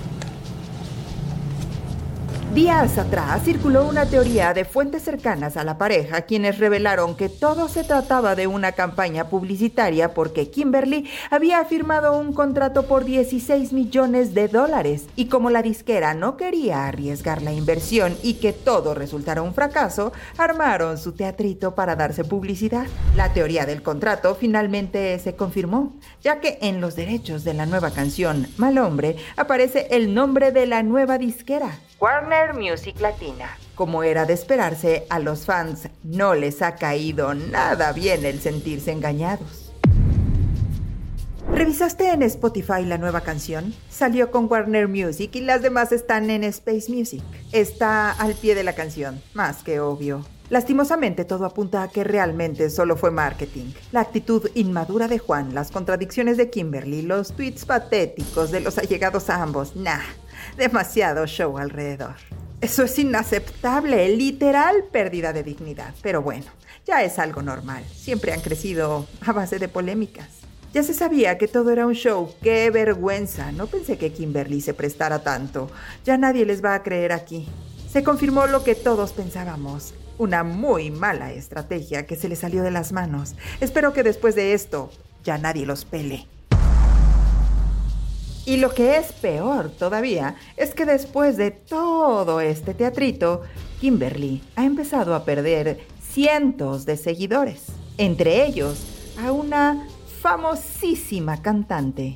Días atrás circuló una teoría de fuentes cercanas a la pareja, quienes revelaron que todo se trataba de una campaña publicitaria porque Kimberly había firmado un contrato por dieciséis millones de dólares y como la disquera no quería arriesgar la inversión y que todo resultara un fracaso, armaron su teatrito para darse publicidad. La teoría del contrato finalmente se confirmó, ya que en los derechos de la nueva canción Mal Hombre aparece el nombre de la nueva disquera, Warner Music Latina. Como era de esperarse, a los fans no les ha caído nada bien el sentirse engañados. ¿Revisaste en Spotify la nueva canción? Salió con Warner Music y las demás están en Space Music. Está al pie de la canción, más que obvio. Lastimosamente todo apunta a que realmente solo fue marketing. La actitud inmadura de Juan, las contradicciones de Kimberly, los tweets patéticos de los allegados a ambos, nah. Demasiado show alrededor. Eso es inaceptable, literal pérdida de dignidad. Pero bueno, ya es algo normal. Siempre han crecido a base de polémicas. Ya se sabía que todo era un show. ¡Qué vergüenza! No pensé que Kimberly se prestara tanto. Ya nadie les va a creer aquí. Se confirmó lo que todos pensábamos. Una muy mala estrategia que se les salió de las manos. Espero que después de esto ya nadie los pele. Y lo que es peor todavía es que después de todo este teatrito, Kimberly ha empezado a perder cientos de seguidores, entre ellos a una famosísima cantante.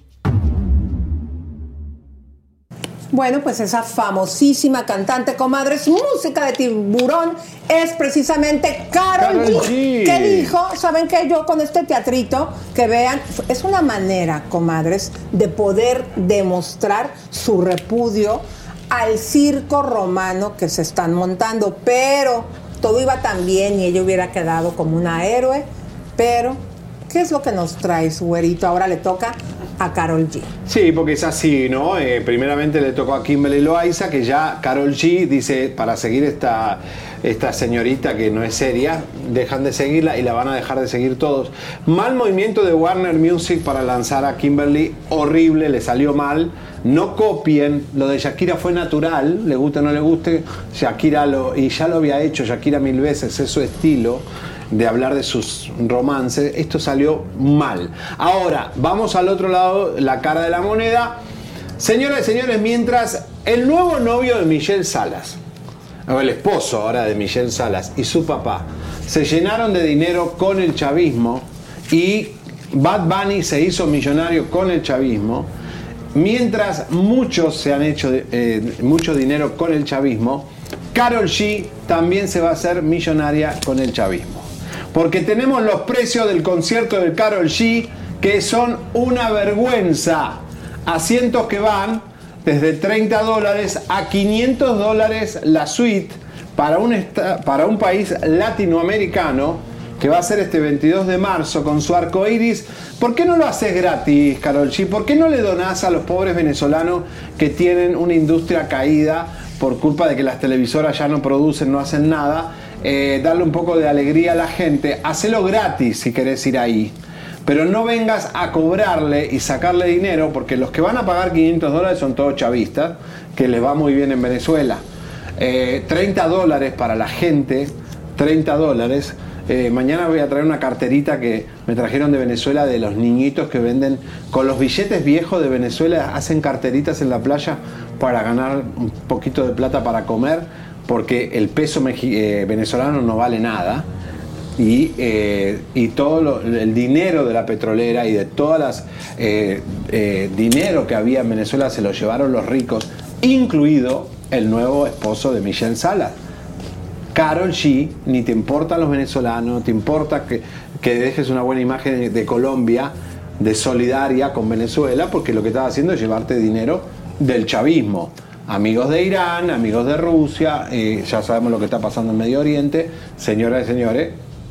Bueno, pues esa famosísima cantante, comadres, música de tiburón, es precisamente Karol G. ¿Qué dijo? ¿Saben qué? Yo con este teatrito, que vean, es una manera, comadres, de poder demostrar su repudio al circo romano que se están montando, pero todo iba tan bien y ella hubiera quedado como una héroe, pero ¿qué es lo que nos traes, güerito? Ahora le toca a Karol G. Sí, porque es así, ¿no? Eh, primeramente le tocó a Kimberly Loaiza, que ya Karol G dice, para seguir esta, esta señorita que no es seria, dejan de seguirla y la van a dejar de seguir todos. Mal movimiento de Warner Music para lanzar a Kimberly, horrible, le salió mal. No copien, lo de Shakira fue natural, le guste o no le guste, Shakira lo, y ya lo había hecho Shakira mil veces, es su estilo de hablar de sus romances. Esto salió mal. Ahora, vamos al otro lado, la cara de la moneda. Señoras y señores, mientras el nuevo novio de Michelle Salas, o el esposo ahora de Michelle Salas, y su papá se llenaron de dinero con el chavismo y Bad Bunny se hizo millonario con el chavismo, mientras muchos se han hecho eh, mucho dinero con el chavismo, Karol G también se va a hacer millonaria con el chavismo. Porque tenemos los precios del concierto del Karol G que son una vergüenza. Asientos que van desde treinta dólares a quinientos dólares la suite para un, esta, para un país latinoamericano que va a ser este veintidós de marzo con su arco iris. ¿Por qué no lo haces gratis, Karol G? ¿Por qué no le donás a los pobres venezolanos que tienen una industria caída por culpa de que las televisoras ya no producen, no hacen nada? Eh, darle un poco de alegría a la gente, hacelo gratis si querés ir ahí, pero no vengas a cobrarle y sacarle dinero, porque los que van a pagar quinientos dólares son todos chavistas, que les va muy bien en Venezuela. eh, treinta dólares para la gente, treinta dólares. Eh, mañana voy a traer una carterita que me trajeron de Venezuela, de los niñitos que venden con los billetes viejos de Venezuela, hacen carteritas en la playa para ganar un poquito de plata para comer, porque el peso eh, venezolano no vale nada y, eh, y todo lo, el dinero de la petrolera y de todas las eh, eh, dinero que había en Venezuela se lo llevaron los ricos, incluido el nuevo esposo de Michelle Salas. Karol G, ni te importan los venezolanos, te importa que, que dejes una buena imagen de, de Colombia, de solidaria con Venezuela, porque lo que estás haciendo es llevarte dinero del chavismo. Amigos de Irán, amigos de Rusia, eh, ya sabemos lo que está pasando en Medio Oriente. Señoras y señores,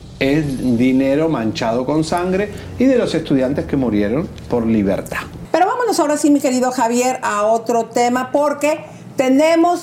es dinero manchado con sangre y de los estudiantes que murieron por libertad. Pero vámonos ahora sí, mi querido Javier, a otro tema, porque tenemos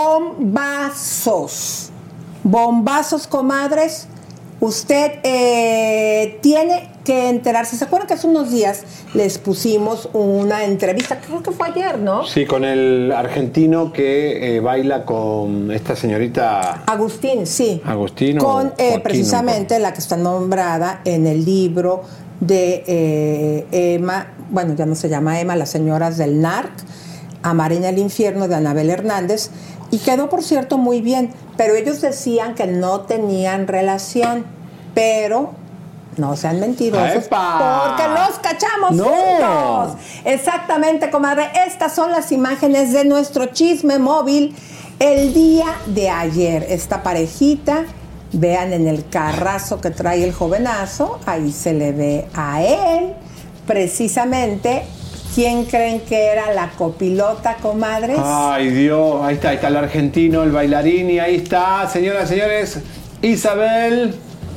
bombazos. Bombazos, comadres. Usted eh, tiene que enterarse. ¿Se acuerdan que hace unos días les pusimos una entrevista? Creo que fue ayer, ¿no? Sí, con el argentino que eh, baila con esta señorita... Agustín, sí. Agustino. Con eh, Joaquín, precisamente la que está nombrada en el libro de eh, Emma, bueno, ya no se llama Emma, Las señoras del Narc, Amar en el infierno, de Anabel Hernández. Y quedó, por cierto, muy bien. Pero ellos decían que no tenían relación. Pero no sean mentirosos. ¡Epa! Porque los cachamos ¡No! juntos. Exactamente, comadre. Estas son las imágenes de nuestro chisme móvil el día de ayer. Esta parejita, vean en el carrazo que trae el jovenazo. Ahí se le ve a él. Precisamente... ¿Quién creen que era la copilota, comadres? Ay, Dios, ahí está, ahí está el argentino, el bailarín, y ahí está, señoras y señores, Isabel.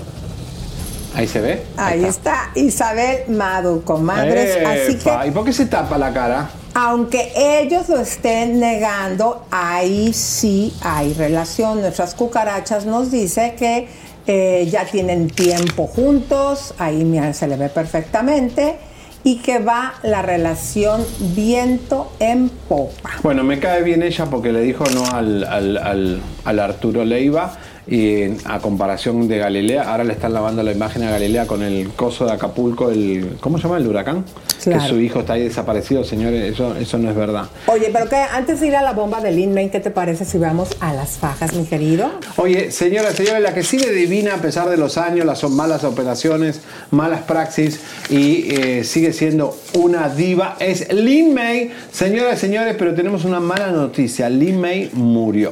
Ahí se ve. Ahí, ahí está. está Isabel Madu, comadres. Epa. Así que, ¿Y por qué se tapa la cara? Aunque ellos lo estén negando, ahí sí hay relación. Nuestras cucarachas nos dice que eh, ya tienen tiempo juntos. Ahí mira, se le ve perfectamente. Y que va la relación viento en popa. Bueno, me cae bien ella porque le dijo no al, al, al, al Arturo Leiva, y a comparación de Galilea, ahora le están lavando la imagen a Galilea con el coso de Acapulco, el ¿cómo se llama? El huracán. Claro. Que su hijo está ahí desaparecido, señores, eso, eso no es verdad. Oye, pero que antes de ir a la bomba de Lin-May, ¿qué te parece si vamos a las fajas, mi querido? Oye, señoras, señores, la que sigue divina a pesar de los años, las son malas operaciones, malas praxis, y eh, sigue siendo una diva, es Lin-May. Señoras y señores, pero tenemos una mala noticia, Lin-May murió.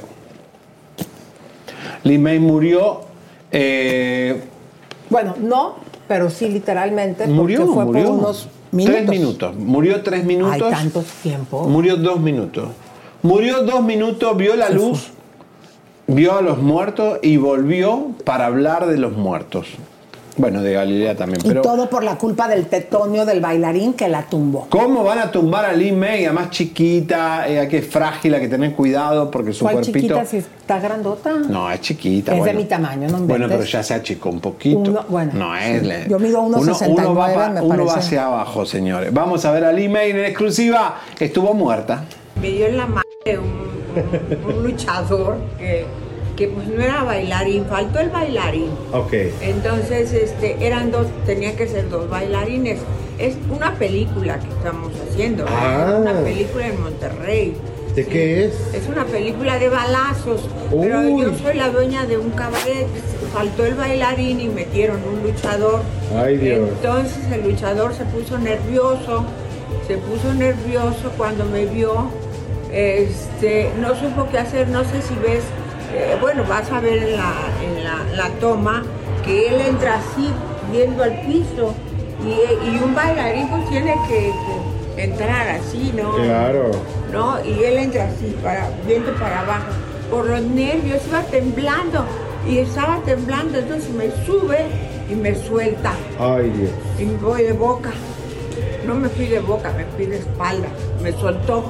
Lin-May murió. Eh, bueno, no, pero sí literalmente. Murió, porque fue murió. Por unos minutos. Tres minutos. Murió tres minutos. Hay tantos tiempos. Murió dos minutos. Murió dos minutos, vio la luz, vio a los muertos y volvió para hablar de los muertos. Bueno, de Galilea también. Pero y todo por la culpa del tetonio del bailarín que la tumbó. ¿Cómo van a tumbar a Lin May? Además chiquita, eh, que es frágil, hay que tener cuidado porque su ¿Cuál cuerpito... chiquita si está grandota? No, es chiquita. Es bueno. de mi tamaño, no inventes. Bueno, pero ya se achicó un poquito. Uno, bueno, no es... sí. Le... Yo mido uno sesenta y nueve, uno, uno, va, me uno va parece. hacia abajo, señores. Vamos a ver a Lin May en exclusiva. Estuvo muerta. Me dio en la madre un, un, un luchador que, que pues no era bailarín, faltó el bailarín. Ok. Entonces este, eran dos, tenía que ser dos bailarines. Es una película que estamos haciendo, Ah. es una película en Monterrey. ¿De qué es? Es una película de balazos, Uy. pero yo soy la dueña de un cabaret, faltó el bailarín y metieron un luchador. Ay, Dios. Entonces el luchador se puso nervioso, se puso nervioso cuando me vio, este, no supo qué hacer, no sé si ves, eh, bueno, vas a ver en la, en la, la toma que él entra así, viendo al piso, y, y un bailarín pues tiene que, que entrar así, ¿no? Claro. ¿No? Y él entra así, para, viendo para abajo. Por los nervios, iba temblando. Y estaba temblando, entonces me sube y me suelta. Ay, Dios. Y me voy de boca. No me fui de boca, me fui de espalda. Me soltó.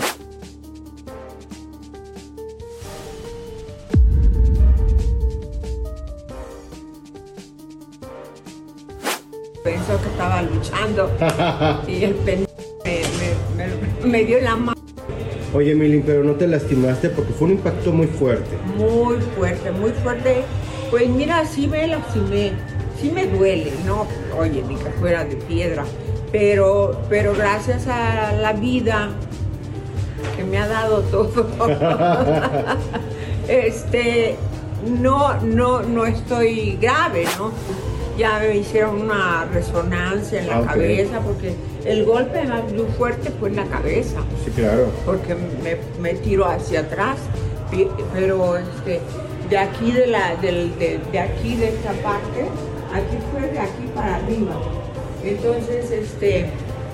Pensó que estaba luchando. Y el pendejo me, me, me, me dio la mano. Oye, Milin, pero no te lastimaste porque fue un impacto muy fuerte. Muy fuerte, muy fuerte. Pues mira, sí me lastimé, sí me duele, ¿no? Oye, ni que fuera de piedra. Pero, pero gracias a la vida que me ha dado todo, este, no, no, no estoy grave, ¿no? Ya me hicieron una resonancia en la Okay. cabeza porque el golpe más fuerte fue en la cabeza. Sí, claro. Porque me, me tiró hacia atrás, pi- pero este, de aquí de la, del, de, de aquí de esta parte, aquí fue de aquí para arriba. Entonces, este,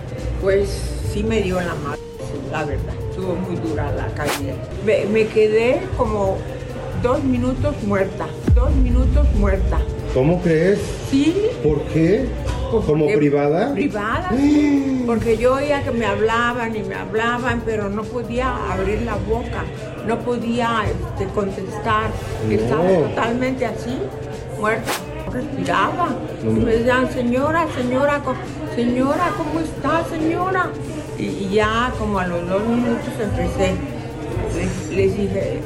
pues sí me dio la madre, la verdad, estuvo muy dura la caída. Me, me quedé como dos minutos muerta, dos minutos muerta. ¿Cómo crees? Sí. ¿Por qué? ¿Como Porque- privada? Privada, sí. Porque yo oía que me hablaban y me hablaban, pero no podía abrir la boca, no podía este, contestar. No. Estaba totalmente así, muerta. No respiraba. No. Y me decían, señora, señora, co- señora, ¿cómo está, señora? Y, y ya como a los dos minutos empecé, les, les dije,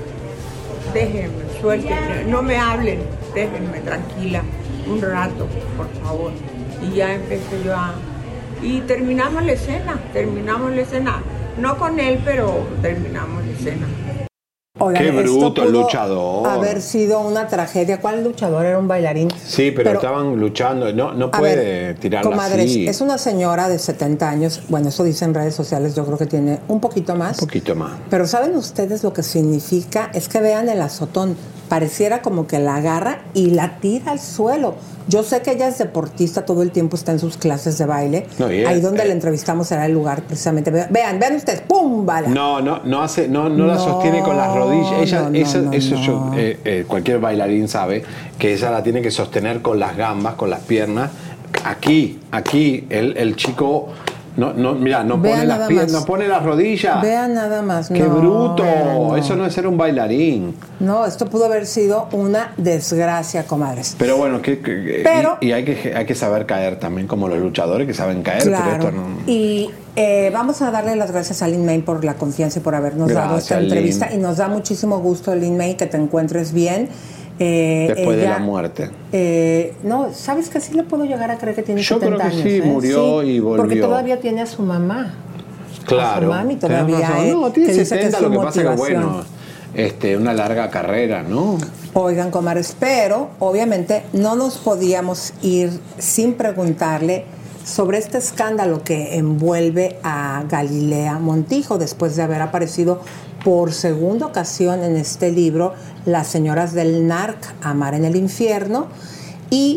déjenme, suéltenme, no me hablen, déjenme tranquila un rato, por favor. Y ya empecé yo a... Y terminamos la escena, terminamos la escena. No con él, pero terminamos la escena. Oigan, Qué esto bruto el pudo luchador. haber sido una tragedia. ¿Cuál luchador? Era un bailarín. Sí, pero, estaban luchando. No, no a puede ver, tirarla comadres, así. es una señora de setenta años. Bueno, eso dice en redes sociales. Yo creo que tiene un poquito más. Un poquito más. Pero ¿saben ustedes lo que significa? Es que vean el azotón. Pareciera como que la agarra y la tira al suelo. Yo sé que ella es deportista, todo el tiempo está en sus clases de baile. No, y es- Ahí donde eh. la entrevistamos era el lugar precisamente. Vean, vean ustedes, ¡pum! Bala. No, no, no hace, no, no, la No, sostiene con las rodillas. Ella, no, no, eso, no, eso no. yo, eh, eh, cualquier bailarín sabe que ella la tiene que sostener con las gambas, con las piernas. Aquí, aquí, el, el chico no, no, mira, no Vean pone las nada piernas, más. no pone las rodillas. Vean nada más. ¡Qué no, bruto! no. Eso no es ser un bailarín. No, esto pudo haber sido una desgracia, comadres. Pero bueno, que, que- Pero- y, y hay que hay que saber caer también, como los luchadores que saben caer, pero Claro. esto no. Y eh, vamos a darle las gracias a Lin May por la confianza y por habernos dado Gracias, esta entrevista. Lin. Y nos da muchísimo gusto, Lin May, que te encuentres bien. Eh, Después de ella- la muerte. Eh, no, ¿sabes que sí le puedo llegar a creer que tiene Yo setenta creo que años? sí, ¿eh? murió y volvió. Porque todavía tiene a su mamá. Claro. A su mami tenés todavía, razón. eh, No, tiene que dice que setenta, es su lo que pasa que motivación. bueno, este, una larga carrera, ¿no? Oigan, comadres, pero obviamente no nos podíamos ir sin preguntarle sobre este escándalo que envuelve a Galilea Montijo después de haber aparecido por segunda ocasión en este libro, Las señoras del Narc, Amar en el infierno, y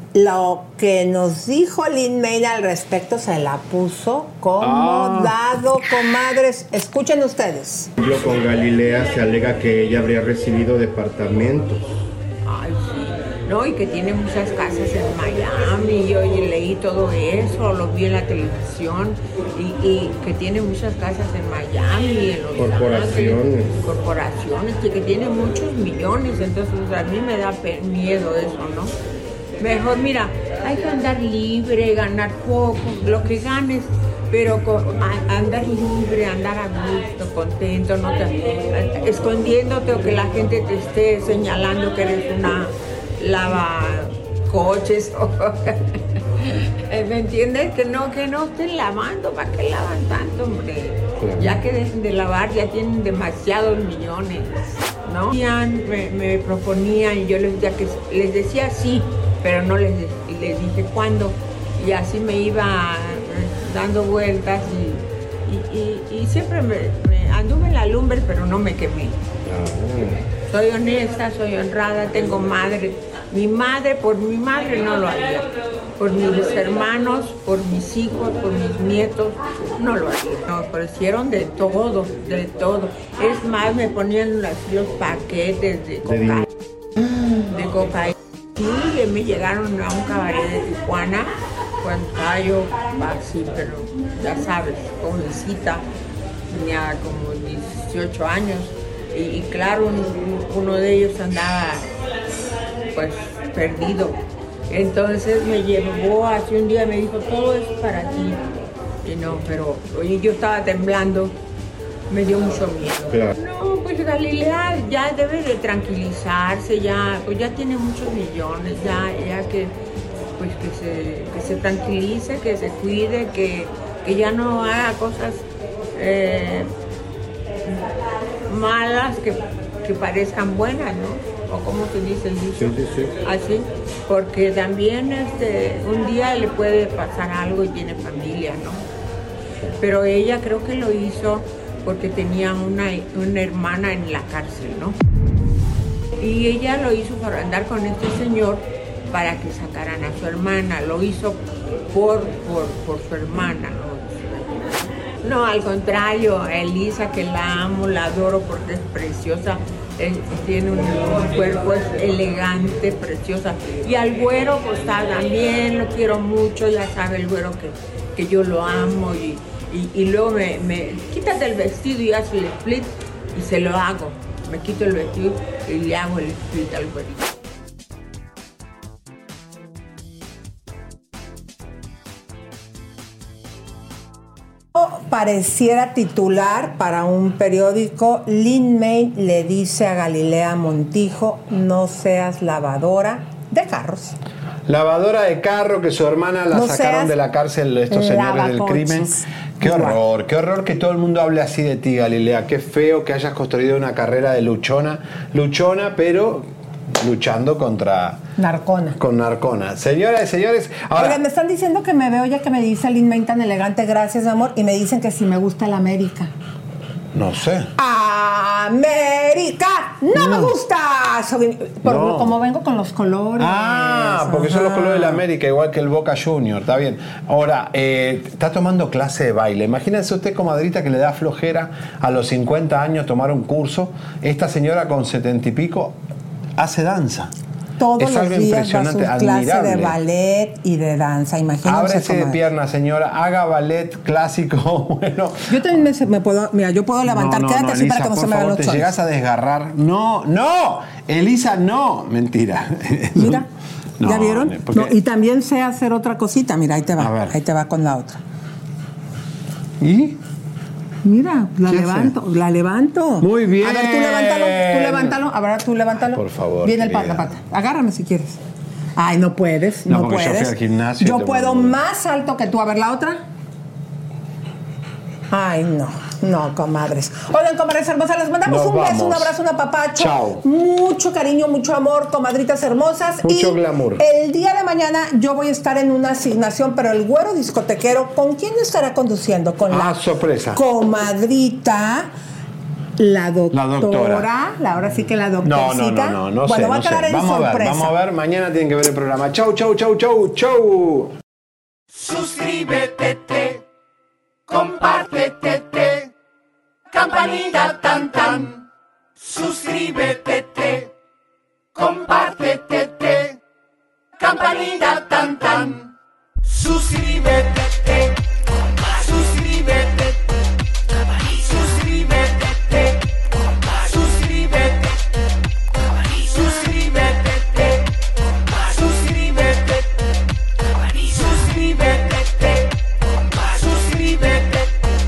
lo que nos dijo Lin May al respecto se la puso como Ah. dado, comadres. Escuchen ustedes. Por ejemplo, con Galilea se alega que ella habría recibido departamentos. Ay, sí. No, y que tiene muchas casas en Miami. Yo leí todo eso, lo vi en la televisión. Y, y que tiene muchas casas en Miami, en Los Corporaciones. Ángeles, corporaciones, y que tiene muchos millones. Entonces, a mí me da pe- miedo eso, ¿no? Mejor, mira, hay que andar libre, ganar poco, lo que ganes, pero con- a- andar libre, andar a gusto, contento, no te, escondiéndote o que la gente te esté señalando que eres una lavacoches. o- ¿Me entiendes? Que no, que no estén lavando, ¿para qué lavan tanto, hombre? Claro. Ya que dejen de lavar, ya tienen demasiados millones, ¿no? Me, me proponían y yo les decía, que, les decía sí, pero no les, les dije cuándo. Y así me iba dando vueltas y, y, y, y siempre me, me anduve en la lumbre, pero no me quemé. Soy honesta, soy honrada, tengo madre. Mi madre, por mi madre no lo haría. Por mis hermanos, por mis hijos, por mis nietos, no lo haría. Me ofrecieron de todo, de todo. Es más, me ponían los, los paquetes de cocaína. De cocaína. Sí, me llegaron a un cabaret de Tijuana cuando estaba yo así, pero ya sabes, jovencita, tenía como dieciocho años. Y, y claro, un- uno de ellos andaba pues perdido. Entonces me llevó así un día y me dijo, todo es para ti. Y no, pero oye, yo estaba temblando, me dio mucho miedo. Claro. No, pues Galilea ya debe de tranquilizarse, ya, pues ya tiene muchos millones, ya, ya que pues que se, que se tranquilice, que se cuide, que, que ya no haga cosas eh, malas que, que parezcan buenas, ¿no? O como se dice el dicho. Sí, sí, sí. Así, porque también este, un día le puede pasar algo y tiene familia, ¿no? Pero ella creo que lo hizo porque tenía una, una hermana en la cárcel, ¿no? Y ella lo hizo por andar con este señor para que sacaran a su hermana, lo hizo por, por, por su hermana, ¿no? No, al contrario, a Elisa, que la amo, la adoro porque es preciosa, es- tiene un, un cuerpo es elegante, preciosa. Y al güero, pues también lo quiero mucho, ya sabe el güero que, que yo lo amo. Y, y, y luego me, me, quítate el vestido y haz el split, y se lo hago. Me quito el vestido y le hago el split al güerito. Pareciera titular para un periódico. Lin May le dice a Galilea Montijo, no seas lavadora de carros. Lavadora de carro, que su hermana la No sacaron seas de la cárcel estos señores del lavacoches. crimen. Qué horror, qué horror que todo el mundo hable así de ti, Galilea. Qué feo que hayas construido una carrera de luchona, luchona, pero luchando contra Narcona. con Narcona. Señoras y señores, ahora Oigan, me están diciendo que me veo ya que me dice Lin May tan elegante, gracias amor, y me dicen que si me gusta el América. no sé. ¡América! ¡No, me gusta! Soy- por- No. Como vengo con los colores. Ah, porque son los colores de la América, igual que el Boca Junior, está bien. Ahora, eh, está tomando clase de baile. Imagínense usted, comadrita, que le da flojera a los cincuenta años tomar un curso. Esta señora con setenta y pico hace danza. Todos es los algo días va a impresionante, su clase de admirable. ballet y de danza, imagínense. Ábrese de comadre. pierna, señora, haga ballet clásico. Bueno, Yo también me, me puedo, mira, yo puedo levantar, no, no, quédate no, así Elisa, para que no por se me vean favor, los te chones. llegas a desgarrar. No, no, Elisa, no. Mentira. Mira, No, ¿ya vieron? porque- No, y también sé hacer otra cosita, mira, ahí te A va, ver. ahí te va con la otra. ¿Y? Mira, la ¿Qué hace? levanto, la levanto. Muy bien. A ver, tú levántalo, tú levántalo, a ver, tú levántalo. Por favor, Viene el querida. pata, pata. Agárrame si quieres. Ay, no puedes, No, no, porque yo puedes. fui al gimnasio y Yo te puedo voy a- más alto que tú. A ver, la otra. Ay, no, no, comadres. Oigan, comadres hermosas, les mandamos Nos un beso, vamos. un abrazo, un apapacho. Chao. Mucho cariño, mucho amor, comadritas hermosas. Mucho y glamour. El día de mañana yo voy a estar en una asignación, pero el güero discotequero, ¿con quién estará conduciendo? Con Ah, la sorpresa. comadrita La doctora, La doctora. la- ahora sí que la No, doctorcita. no, no, no, no bueno, sé, va no a quedar sé. en Vamos a ver, sorpresa. vamos a ver. Mañana tienen que ver el programa. Chau, chau, chau, chau, chau. Suscríbete, te, compártete, te, campanita tan tan. Suscríbete, te, compártete, te, campanita tan tan. Suscríbete, te, suscríbete, suscríbete, te, suscríbete, suscríbete, te, suscríbete. Suscríbete, suscríbete,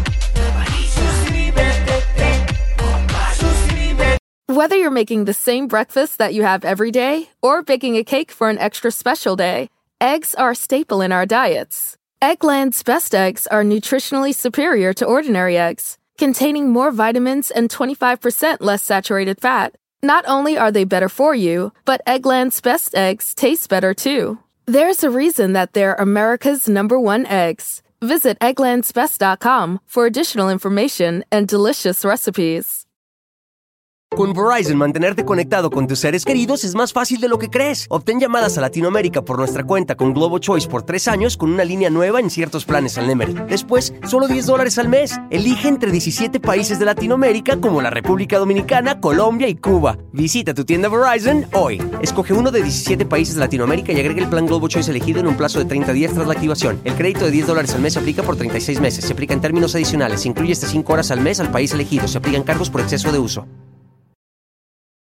suscríbete. Whether you're making the same breakfast that you have every day or baking a cake for an extra special day, eggs are a staple in our diets. Eggland's Best Eggs are nutritionally superior to ordinary eggs, containing more vitamins and twenty-five percent less saturated fat. Not only are they better for you, but Eggland's Best Eggs taste better too. There's a reason that they're America's number one eggs. Visit egglands best dot com for additional information and delicious recipes. Con Verizon, mantenerte conectado con tus seres queridos es más fácil de lo que crees. Obtén llamadas a Latinoamérica por nuestra cuenta con Globo Choice por tres años con una línea nueva en ciertos planes al Nemery. Después, solo diez dólares al mes. Elige entre diecisiete países de Latinoamérica como la República Dominicana, Colombia y Cuba. Visita tu tienda Verizon hoy. Escoge uno de diecisiete países de Latinoamérica y agrega el plan Globo Choice elegido en un plazo de treinta días tras la activación. El crédito de diez dólares al mes se aplica por treinta y seis meses. Se aplica en términos adicionales. Se incluye hasta cinco horas al mes al país elegido. Se aplican cargos por exceso de uso.